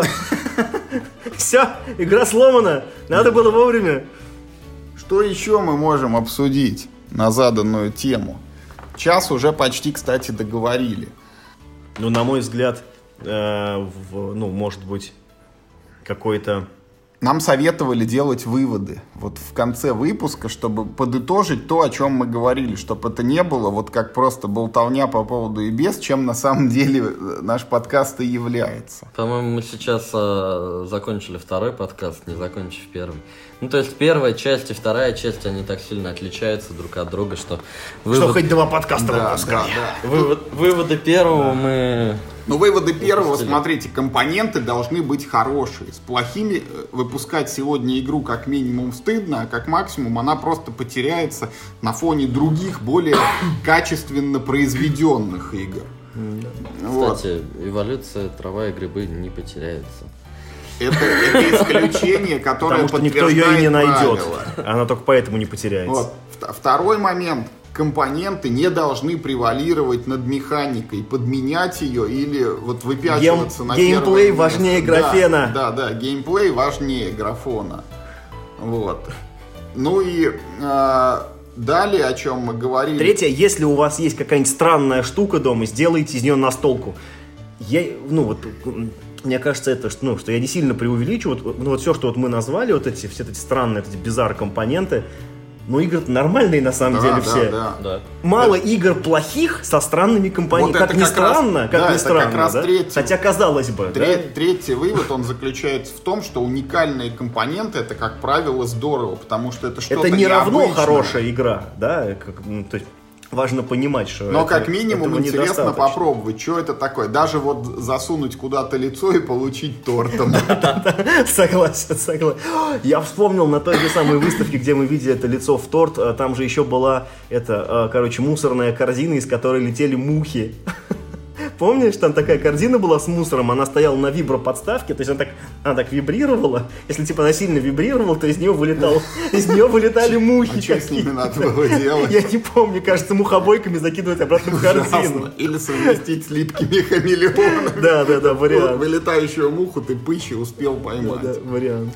Все, игра сломана, надо было вовремя. Что еще мы можем обсудить на заданную тему? Час уже почти, кстати, договорили. Ну, на мой взгляд, э, в, ну, может быть, какой-то... Нам советовали делать выводы вот в конце выпуска, чтобы подытожить то, о чем мы говорили, чтобы это не было вот как просто болтовня по поводу и без, чем на самом деле наш подкаст и является. По-моему, мы сейчас э, закончили второй подкаст, не закончив первый. Ну, то есть первая часть и вторая часть, они так сильно отличаются друг от друга, что... Вывод... Что хоть два подкаста да, выпускали. Да, да. Вывод, выводы первого да. мы... Ну, выводы первого, смотрите, компоненты должны быть хорошие. С плохими выпускать сегодня игру как минимум стыдно, а как максимум она просто потеряется на фоне других, более качественно произведенных игр. Вот. Кстати, эволюция, трава и грибы не потеряется. Это, это исключение, которое Потому что никто ее и не найдет. правила. Она только поэтому не потеряется. Вот. Второй момент. Компоненты не должны превалировать над механикой, подменять ее или вот выпячиваться Гейм, на геймплей первое важнее место. графена. Да, да, да, геймплей важнее графона. Вот. Ну и э, далее, о чем мы говорили. Третье, если у вас есть какая-нибудь странная штука дома, сделайте из нее настолку. Я, ну вот, мне кажется, это, ну, что я не сильно преувеличу. Вот, ну, вот все, что вот мы назвали, вот эти, все эти странные, вот эти бизар-компоненты, ну, игры-то нормальные на самом Да, деле да, все. да. Да. Мало Это- игр плохих со странными компонентами. Вот как это ни как раз- странно, как да, ни это странно, как раз да? третий- Хотя казалось бы, да? Тре- Третий вывод, он заключается в том, что уникальные компоненты это, как правило, здорово, потому что это что-то Это не равно необычное. хорошая игра, да? Как, ну, то есть важно понимать, что Но это- как минимум этого интересно недостаточно. попробовать, что это такое. Даже вот засунуть куда-то лицо и получить тортом. Согласен, согласен. Я вспомнил на той же самой выставке, где мы видели это лицо в торт, а там же еще была это, короче, мусорная корзина, из которой летели мухи. Помнишь, там такая корзина была с мусором, она стояла на виброподставке, то есть она так, она так вибрировала. Если типа она сильно вибрировала, то из нее вылетал, из нее вылетали мухи. А что с ними надо было делать? Я не помню, кажется, мухобойками закидывать обратно в корзину. Ужасно. Или совместить с липкими хамелеонами. Да, да, да, вариант. Вылетающую муху ты пыщи успел поймать. Да, вариант.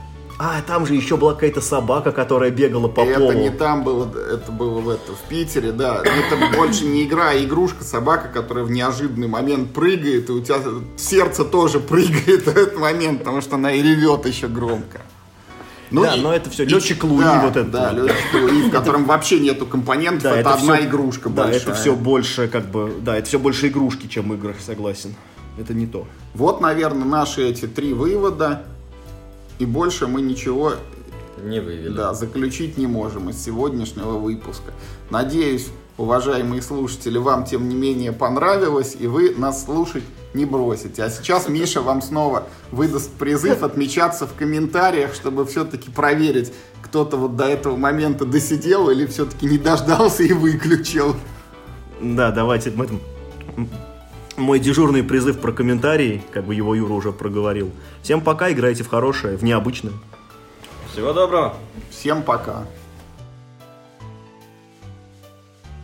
А, там же еще была какая-то собака, которая бегала по Это полу. не там было, это было в, это, в Питере, да. Это больше не игра, а игрушка, собака, которая в неожиданный момент прыгает, и у тебя сердце тоже прыгает в этот момент, потому что она и ревет еще громко. Ну, Да, и- но это всё, и- лётчик Луи да, вот это. Да, летчик Луи, в котором вообще нету компонентов, Да, это, одна всё- игрушка Да, большая. это все больше, как бы, да, это все больше игрушки, чем игры, согласен. Это не то. Вот, наверное, наши эти три вывода, и больше мы ничего Не вывели. да, заключить не можем из сегодняшнего выпуска. Надеюсь, уважаемые слушатели, вам тем не менее понравилось, и вы нас слушать не бросите. А сейчас Миша вам снова выдаст призыв отмечаться в комментариях, чтобы все-таки проверить, кто-то вот до этого момента досидел или все-таки не дождался и выключил. Да, давайте, мы там- мой дежурный призыв про комментарии, как бы его Юра уже проговорил. Всем пока, играйте в хорошее, в необычное. Всего доброго. Всем пока.